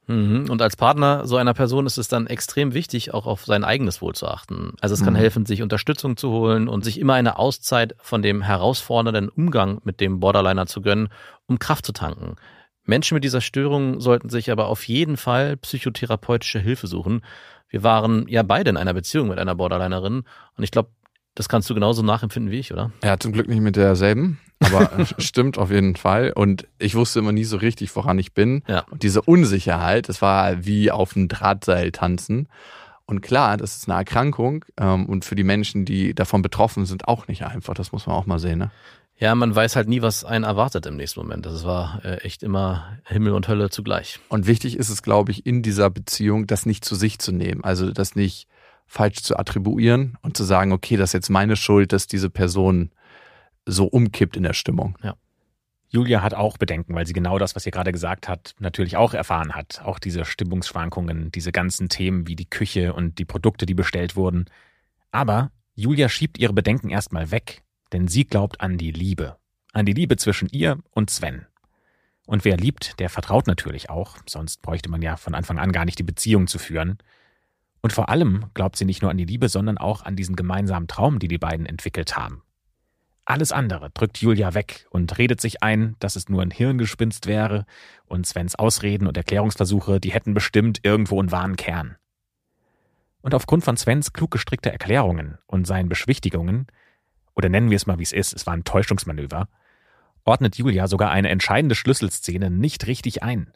Und als Partner so einer Person ist es dann extrem wichtig, auch auf sein eigenes Wohl zu achten. Also es kann mhm. helfen, sich Unterstützung zu holen und sich immer eine Auszeit von dem herausfordernden Umgang mit dem Borderliner zu gönnen, um Kraft zu tanken. Menschen mit dieser Störung sollten sich aber auf jeden Fall psychotherapeutische Hilfe suchen. Wir waren ja beide in einer Beziehung mit einer Borderlinerin und ich glaube, das kannst du genauso nachempfinden wie ich, oder? Ja, zum Glück nicht mit derselben, aber stimmt auf jeden Fall. Und ich wusste immer nie so richtig, woran ich bin. Ja. Und diese Unsicherheit, das war wie auf einem Drahtseil tanzen. Und klar, das ist eine Erkrankung ähm, und für die Menschen, die davon betroffen sind, auch nicht einfach. Das muss man auch mal sehen, ne? Ja, man weiß halt nie, was einen erwartet im nächsten Moment. Das war äh, echt immer Himmel und Hölle zugleich. Und wichtig ist es, glaube ich, in dieser Beziehung, das nicht zu sich zu nehmen. Also das nicht falsch zu attribuieren und zu sagen, okay, das ist jetzt meine Schuld, dass diese Person so umkippt in der Stimmung. Ja. Julia hat auch Bedenken, weil sie genau das, was ihr gerade gesagt habt, natürlich auch erfahren hat. Auch diese Stimmungsschwankungen, diese ganzen Themen wie die Küche und die Produkte, die bestellt wurden. Aber Julia schiebt ihre Bedenken erstmal weg, denn sie glaubt an die Liebe. An die Liebe zwischen ihr und Sven. Und wer liebt, der vertraut natürlich auch, sonst bräuchte man ja von Anfang an gar nicht die Beziehung zu führen. Und vor allem glaubt sie nicht nur an die Liebe, sondern auch an diesen gemeinsamen Traum, den die beiden entwickelt haben. Alles andere drückt Julia weg und redet sich ein, dass es nur ein Hirngespinst wäre und Svens Ausreden und Erklärungsversuche, die hätten bestimmt irgendwo einen wahren Kern. Und aufgrund von Svens klug gestrickter Erklärungen und seinen Beschwichtigungen, oder nennen wir es mal wie es ist, es war ein Täuschungsmanöver, ordnet Julia sogar eine entscheidende Schlüsselszene nicht richtig ein.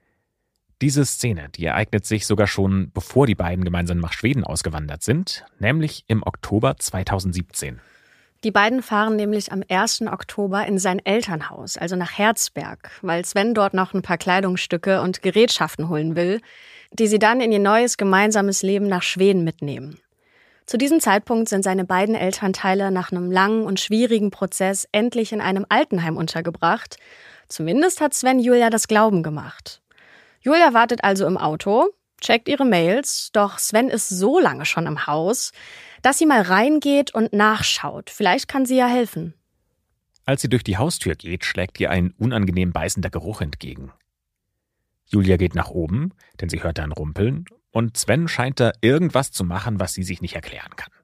Diese Szene, die ereignet sich sogar schon, bevor die beiden gemeinsam nach Schweden ausgewandert sind, nämlich im Oktober zweitausendsiebzehn. Die beiden fahren nämlich am ersten Oktober in sein Elternhaus, also nach Herzberg, weil Sven dort noch ein paar Kleidungsstücke und Gerätschaften holen will, die sie dann in ihr neues gemeinsames Leben nach Schweden mitnehmen. Zu diesem Zeitpunkt sind seine beiden Elternteile nach einem langen und schwierigen Prozess endlich in einem Altenheim untergebracht. Zumindest hat Sven Julia das Glauben gemacht. Julia wartet also im Auto, checkt ihre Mails, doch Sven ist so lange schon im Haus, dass sie mal reingeht und nachschaut. Vielleicht kann sie ja helfen. Als sie durch die Haustür geht, schlägt ihr ein unangenehm beißender Geruch entgegen. Julia geht nach oben, denn sie hört dann Rumpeln, und Sven scheint da irgendwas zu machen, was sie sich nicht erklären kann.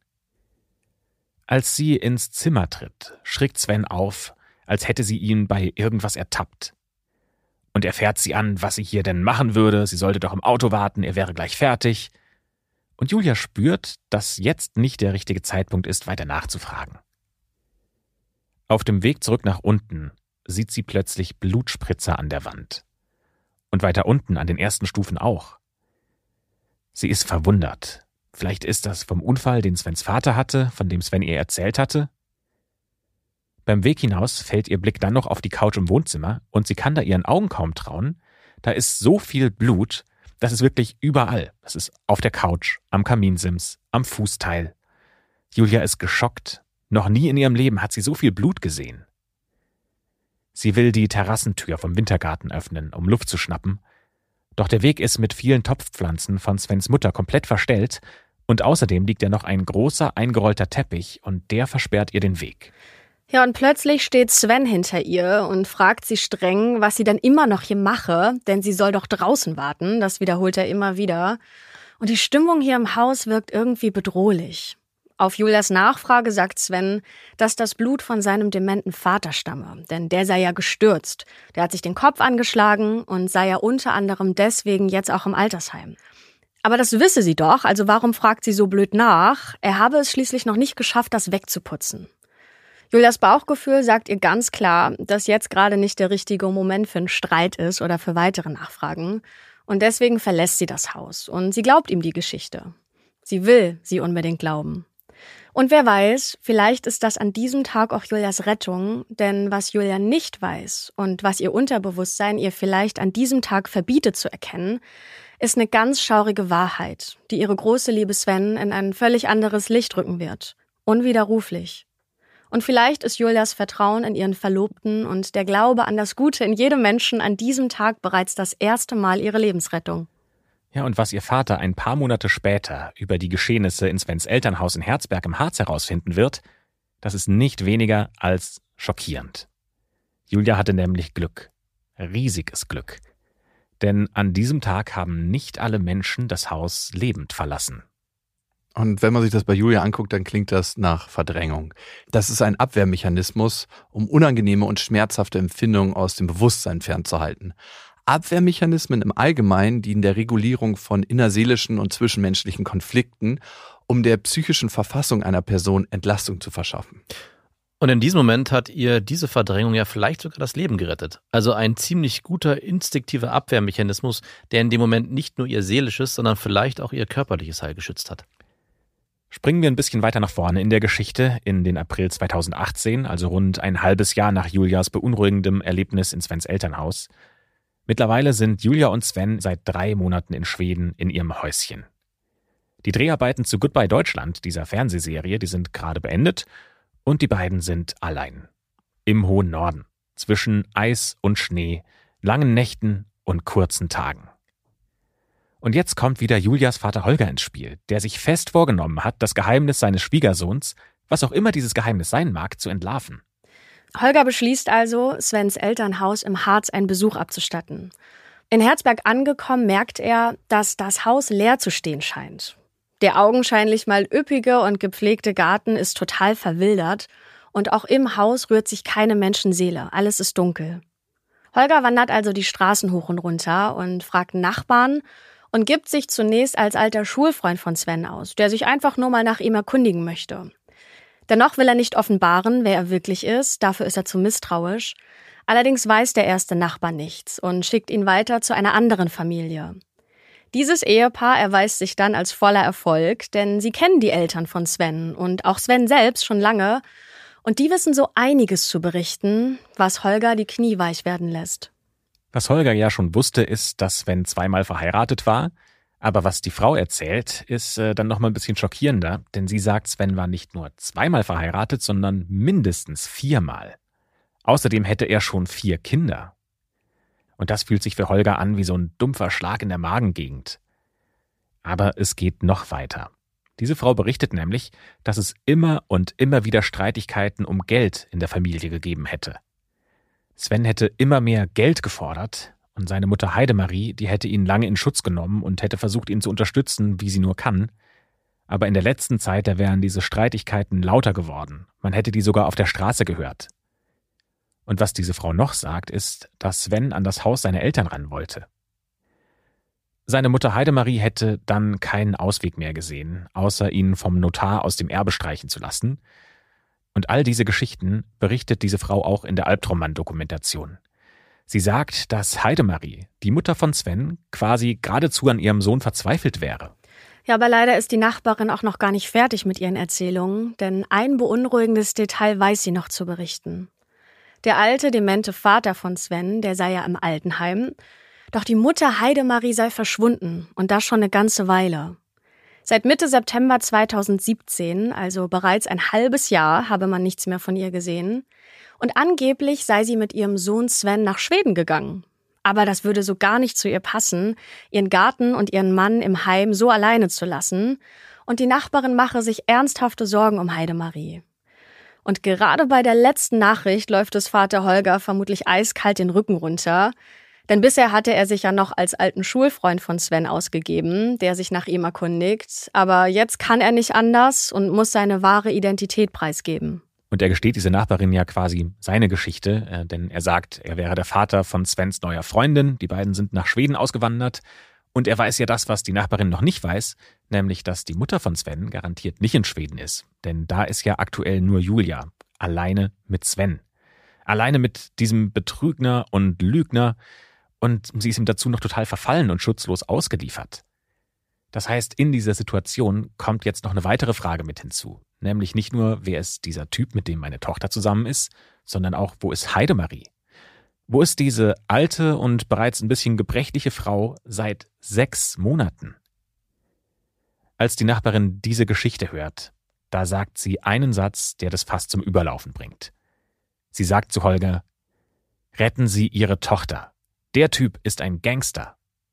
Als sie ins Zimmer tritt, schrickt Sven auf, als hätte sie ihn bei irgendwas ertappt. Und er fährt sie an, was sie hier denn machen würde. Sie sollte doch im Auto warten, er wäre gleich fertig. Und Julia spürt, dass jetzt nicht der richtige Zeitpunkt ist, weiter nachzufragen. Auf dem Weg zurück nach unten sieht sie plötzlich Blutspritzer an der Wand. Und weiter unten an den ersten Stufen auch. Sie ist verwundert. Vielleicht ist das vom Unfall, den Svens Vater hatte, von dem Sven ihr erzählt hatte. Beim Weg hinaus fällt ihr Blick dann noch auf die Couch im Wohnzimmer und sie kann da ihren Augen kaum trauen. Da ist so viel Blut, das ist wirklich überall. Das ist auf der Couch, am Kaminsims, am Fußteil. Julia ist geschockt. Noch nie in ihrem Leben hat sie so viel Blut gesehen. Sie will die Terrassentür vom Wintergarten öffnen, um Luft zu schnappen. Doch der Weg ist mit vielen Topfpflanzen von Svens Mutter komplett verstellt und außerdem liegt ja noch ein großer, eingerollter Teppich und der versperrt ihr den Weg. Ja, und plötzlich steht Sven hinter ihr und fragt sie streng, was sie denn immer noch hier mache, denn sie soll doch draußen warten, das wiederholt er immer wieder. Und die Stimmung hier im Haus wirkt irgendwie bedrohlich. Auf Julias Nachfrage sagt Sven, dass das Blut von seinem dementen Vater stamme, denn der sei ja gestürzt. Der hat sich den Kopf angeschlagen und sei ja unter anderem deswegen jetzt auch im Altersheim. Aber das wisse sie doch, also warum fragt sie so blöd nach? Er habe es schließlich noch nicht geschafft, das wegzuputzen. Julias Bauchgefühl sagt ihr ganz klar, dass jetzt gerade nicht der richtige Moment für einen Streit ist oder für weitere Nachfragen. Und deswegen verlässt sie das Haus. Und sie glaubt ihm die Geschichte. Sie will sie unbedingt glauben. Und wer weiß, vielleicht ist das an diesem Tag auch Julias Rettung. Denn was Julia nicht weiß und was ihr Unterbewusstsein ihr vielleicht an diesem Tag verbietet zu erkennen, ist eine ganz schaurige Wahrheit, die ihre große Liebe Sven in ein völlig anderes Licht rücken wird. Unwiderruflich. Und vielleicht ist Julias Vertrauen in ihren Verlobten und der Glaube an das Gute in jedem Menschen an diesem Tag bereits das erste Mal ihre Lebensrettung. Ja, und was ihr Vater ein paar Monate später über die Geschehnisse in Svens Elternhaus in Herzberg im Harz herausfinden wird, das ist nicht weniger als schockierend. Julia hatte nämlich Glück. Riesiges Glück. Denn an diesem Tag haben nicht alle Menschen das Haus lebend verlassen. Und wenn man sich das bei Julia anguckt, dann klingt das nach Verdrängung. Das ist ein Abwehrmechanismus, um unangenehme und schmerzhafte Empfindungen aus dem Bewusstsein fernzuhalten. Abwehrmechanismen im Allgemeinen dienen der Regulierung von innerseelischen und zwischenmenschlichen Konflikten, um der psychischen Verfassung einer Person Entlastung zu verschaffen. Und in diesem Moment hat ihr diese Verdrängung ja vielleicht sogar das Leben gerettet. Also ein ziemlich guter instinktiver Abwehrmechanismus, der in dem Moment nicht nur ihr seelisches, sondern vielleicht auch ihr körperliches Heil geschützt hat. Springen wir ein bisschen weiter nach vorne in der Geschichte, in den April zweitausendachtzehn, also rund ein halbes Jahr nach Julias beunruhigendem Erlebnis in Svens Elternhaus. Mittlerweile sind Julia und Sven seit drei Monaten in Schweden in ihrem Häuschen. Die Dreharbeiten zu Goodbye Deutschland, dieser Fernsehserie, die sind gerade beendet und die beiden sind allein. Im hohen Norden, zwischen Eis und Schnee, langen Nächten und kurzen Tagen. Und jetzt kommt wieder Julias Vater Holger ins Spiel, der sich fest vorgenommen hat, das Geheimnis seines Schwiegersohns, was auch immer dieses Geheimnis sein mag, zu entlarven. Holger beschließt also, Svens Elternhaus im Harz einen Besuch abzustatten. In Herzberg angekommen, merkt er, dass das Haus leer zu stehen scheint. Der augenscheinlich mal üppige und gepflegte Garten ist total verwildert und auch im Haus rührt sich keine Menschenseele, alles ist dunkel. Holger wandert also die Straßen hoch und runter und fragt Nachbarn und gibt sich zunächst als alter Schulfreund von Sven aus, der sich einfach nur mal nach ihm erkundigen möchte. Dennoch will er nicht offenbaren, wer er wirklich ist, dafür ist er zu misstrauisch. Allerdings weiß der erste Nachbar nichts und schickt ihn weiter zu einer anderen Familie. Dieses Ehepaar erweist sich dann als voller Erfolg, denn sie kennen die Eltern von Sven und auch Sven selbst schon lange Und die wissen so einiges zu berichten, was Holger die Knie weich werden lässt. Was Holger ja schon wusste, ist, dass Sven zweimal verheiratet war. Aber was die Frau erzählt, ist äh, dann noch mal ein bisschen schockierender. Denn sie sagt, Sven war nicht nur zweimal verheiratet, sondern mindestens viermal. Außerdem hätte er schon vier Kinder. Und das fühlt sich für Holger an wie so ein dumpfer Schlag in der Magengegend. Aber es geht noch weiter. Diese Frau berichtet nämlich, dass es immer und immer wieder Streitigkeiten um Geld in der Familie gegeben hätte. Sven hätte immer mehr Geld gefordert und seine Mutter Heidemarie, die hätte ihn lange in Schutz genommen und hätte versucht, ihn zu unterstützen, wie sie nur kann. Aber in der letzten Zeit, da wären diese Streitigkeiten lauter geworden. Man hätte die sogar auf der Straße gehört. Und was diese Frau noch sagt, ist, dass Sven an das Haus seiner Eltern ran wollte. Seine Mutter Heidemarie hätte dann keinen Ausweg mehr gesehen, außer ihn vom Notar aus dem Erbe streichen zu lassen. Und all diese Geschichten berichtet diese Frau auch in der Albtraummann-Dokumentation. Sie sagt, dass Heidemarie, die Mutter von Sven, quasi geradezu an ihrem Sohn verzweifelt wäre. Ja, aber leider ist die Nachbarin auch noch gar nicht fertig mit ihren Erzählungen, denn ein beunruhigendes Detail weiß sie noch zu berichten. Der alte, demente Vater von Sven, der sei ja im Altenheim, doch die Mutter Heidemarie sei verschwunden und das schon eine ganze Weile. Seit Mitte September zweitausendsiebzehn, also bereits ein halbes Jahr, habe man nichts mehr von ihr gesehen. Und angeblich sei sie mit ihrem Sohn Sven nach Schweden gegangen. Aber das würde so gar nicht zu ihr passen, ihren Garten und ihren Mann im Heim so alleine zu lassen. Und die Nachbarin mache sich ernsthafte Sorgen um Heidemarie. Und gerade bei der letzten Nachricht läuft es Vater Holger vermutlich eiskalt den Rücken runter. Denn bisher hatte er sich ja noch als alten Schulfreund von Sven ausgegeben, der sich nach ihm erkundigt. Aber jetzt kann er nicht anders und muss seine wahre Identität preisgeben. Und er gesteht diese Nachbarin ja quasi seine Geschichte, äh, denn er sagt, er wäre der Vater von Svens neuer Freundin. Die beiden sind nach Schweden ausgewandert. Und er weiß ja das, was die Nachbarin noch nicht weiß, nämlich, dass die Mutter von Sven garantiert nicht in Schweden ist. Denn da ist ja aktuell nur Julia, alleine mit Sven. Alleine mit diesem Betrügner und Lügner. Und sie ist ihm dazu noch total verfallen und schutzlos ausgeliefert. Das heißt, in dieser Situation kommt jetzt noch eine weitere Frage mit hinzu. Nämlich nicht nur, wer ist dieser Typ, mit dem meine Tochter zusammen ist, sondern auch, wo ist Heidemarie? Wo ist diese alte und bereits ein bisschen gebrechliche Frau seit sechs Monaten? Als die Nachbarin diese Geschichte hört, da sagt sie einen Satz, der das Fass zum Überlaufen bringt. Sie sagt zu Holger, retten Sie Ihre Tochter. Der Typ ist ein Gangster.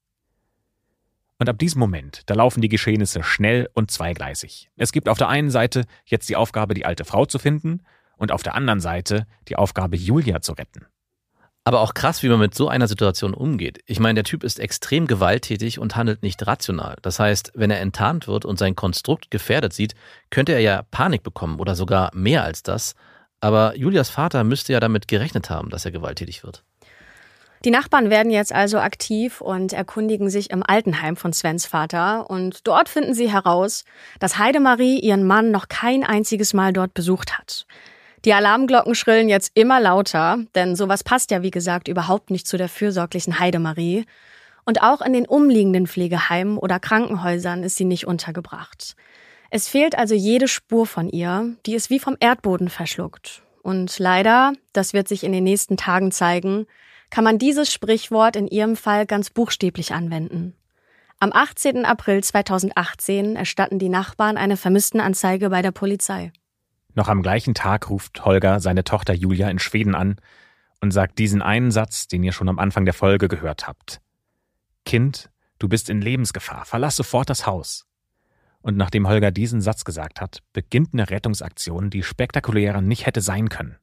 Und ab diesem Moment, da laufen die Geschehnisse schnell und zweigleisig. Es gibt auf der einen Seite jetzt die Aufgabe, die alte Frau zu finden und auf der anderen Seite die Aufgabe, Julia zu retten. Aber auch krass, wie man mit so einer Situation umgeht. Ich meine, der Typ ist extrem gewalttätig und handelt nicht rational. Das heißt, wenn er enttarnt wird und sein Konstrukt gefährdet sieht, könnte er ja Panik bekommen oder sogar mehr als das. Aber Julias Vater müsste ja damit gerechnet haben, dass er gewalttätig wird. Die Nachbarn werden jetzt also aktiv und erkundigen sich im Altenheim von Svens Vater. Und dort finden sie heraus, dass Heidemarie ihren Mann noch kein einziges Mal dort besucht hat. Die Alarmglocken schrillen jetzt immer lauter, denn sowas passt ja, wie gesagt, überhaupt nicht zu der fürsorglichen Heidemarie. Und auch in den umliegenden Pflegeheimen oder Krankenhäusern ist sie nicht untergebracht. Es fehlt also jede Spur von ihr, die ist wie vom Erdboden verschluckt. Und leider, das wird sich in den nächsten Tagen zeigen, kann man dieses Sprichwort in ihrem Fall ganz buchstäblich anwenden. Am achtzehnten April zweitausendachtzehn erstatten die Nachbarn eine Vermisstenanzeige bei der Polizei. Noch am gleichen Tag ruft Holger seine Tochter Julia in Schweden an und sagt diesen einen Satz, den ihr schon am Anfang der Folge gehört habt. Kind, du bist in Lebensgefahr, verlass sofort das Haus. Und nachdem Holger diesen Satz gesagt hat, beginnt eine Rettungsaktion, die spektakulärer nicht hätte sein können.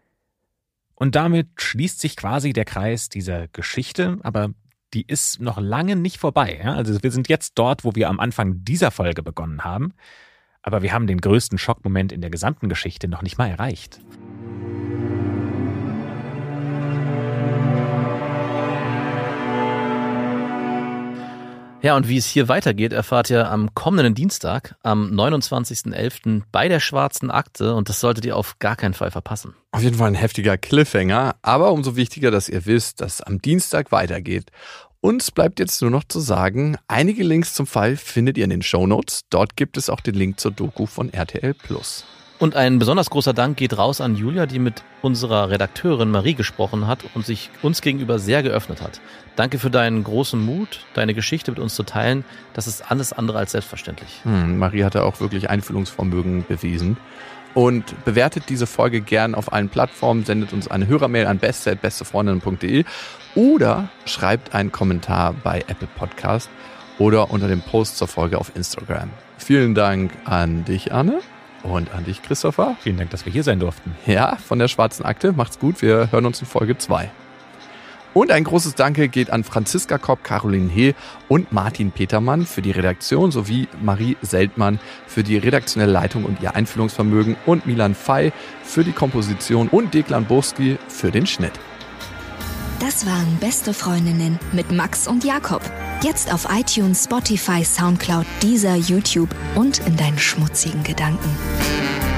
Und damit schließt sich quasi der Kreis dieser Geschichte, aber die ist noch lange nicht vorbei. Ja? Also wir sind jetzt dort, wo wir am Anfang dieser Folge begonnen haben, aber wir haben den größten Schockmoment in der gesamten Geschichte noch nicht mal erreicht. Ja, und wie es hier weitergeht, erfahrt ihr am kommenden Dienstag, am neunundzwanzigsten elften bei der Schwarzen Akte und das solltet ihr auf gar keinen Fall verpassen. Auf jeden Fall ein heftiger Cliffhanger, aber umso wichtiger, dass ihr wisst, dass es am Dienstag weitergeht. Uns bleibt jetzt nur noch zu sagen, einige Links zum Fall findet ihr in den Shownotes. Dort gibt es auch den Link zur Doku von R T L Plus. Und ein besonders großer Dank geht raus an Julia, die mit unserer Redakteurin Marie gesprochen hat und sich uns gegenüber sehr geöffnet hat. Danke für deinen großen Mut, deine Geschichte mit uns zu teilen. Das ist alles andere als selbstverständlich. Hm, Marie hatte auch wirklich Einfühlungsvermögen bewiesen. Und bewertet diese Folge gern auf allen Plattformen, sendet uns eine Hörermail an beste at bestefreundinnen punkt de oder schreibt einen Kommentar bei Apple Podcast oder unter dem Post zur Folge auf Instagram. Vielen Dank an dich, Anne. Und an dich, Christopher. Vielen Dank, dass wir hier sein durften. Ja, von der Schwarzen Akte. Macht's gut, wir hören uns in Folge zwei. Und ein großes Danke geht an Franziska Kopp, Caroline Hehl und Martin Petermann für die Redaktion sowie Marie Seltmann für die redaktionelle Leitung und ihr Einfühlungsvermögen und Milan Fey für die Komposition und Deklan Burski für den Schnitt. Das waren Beste Freundinnen mit Max und Jakob. Jetzt auf iTunes, Spotify, Soundcloud, Deezer, YouTube und in deinen schmutzigen Gedanken.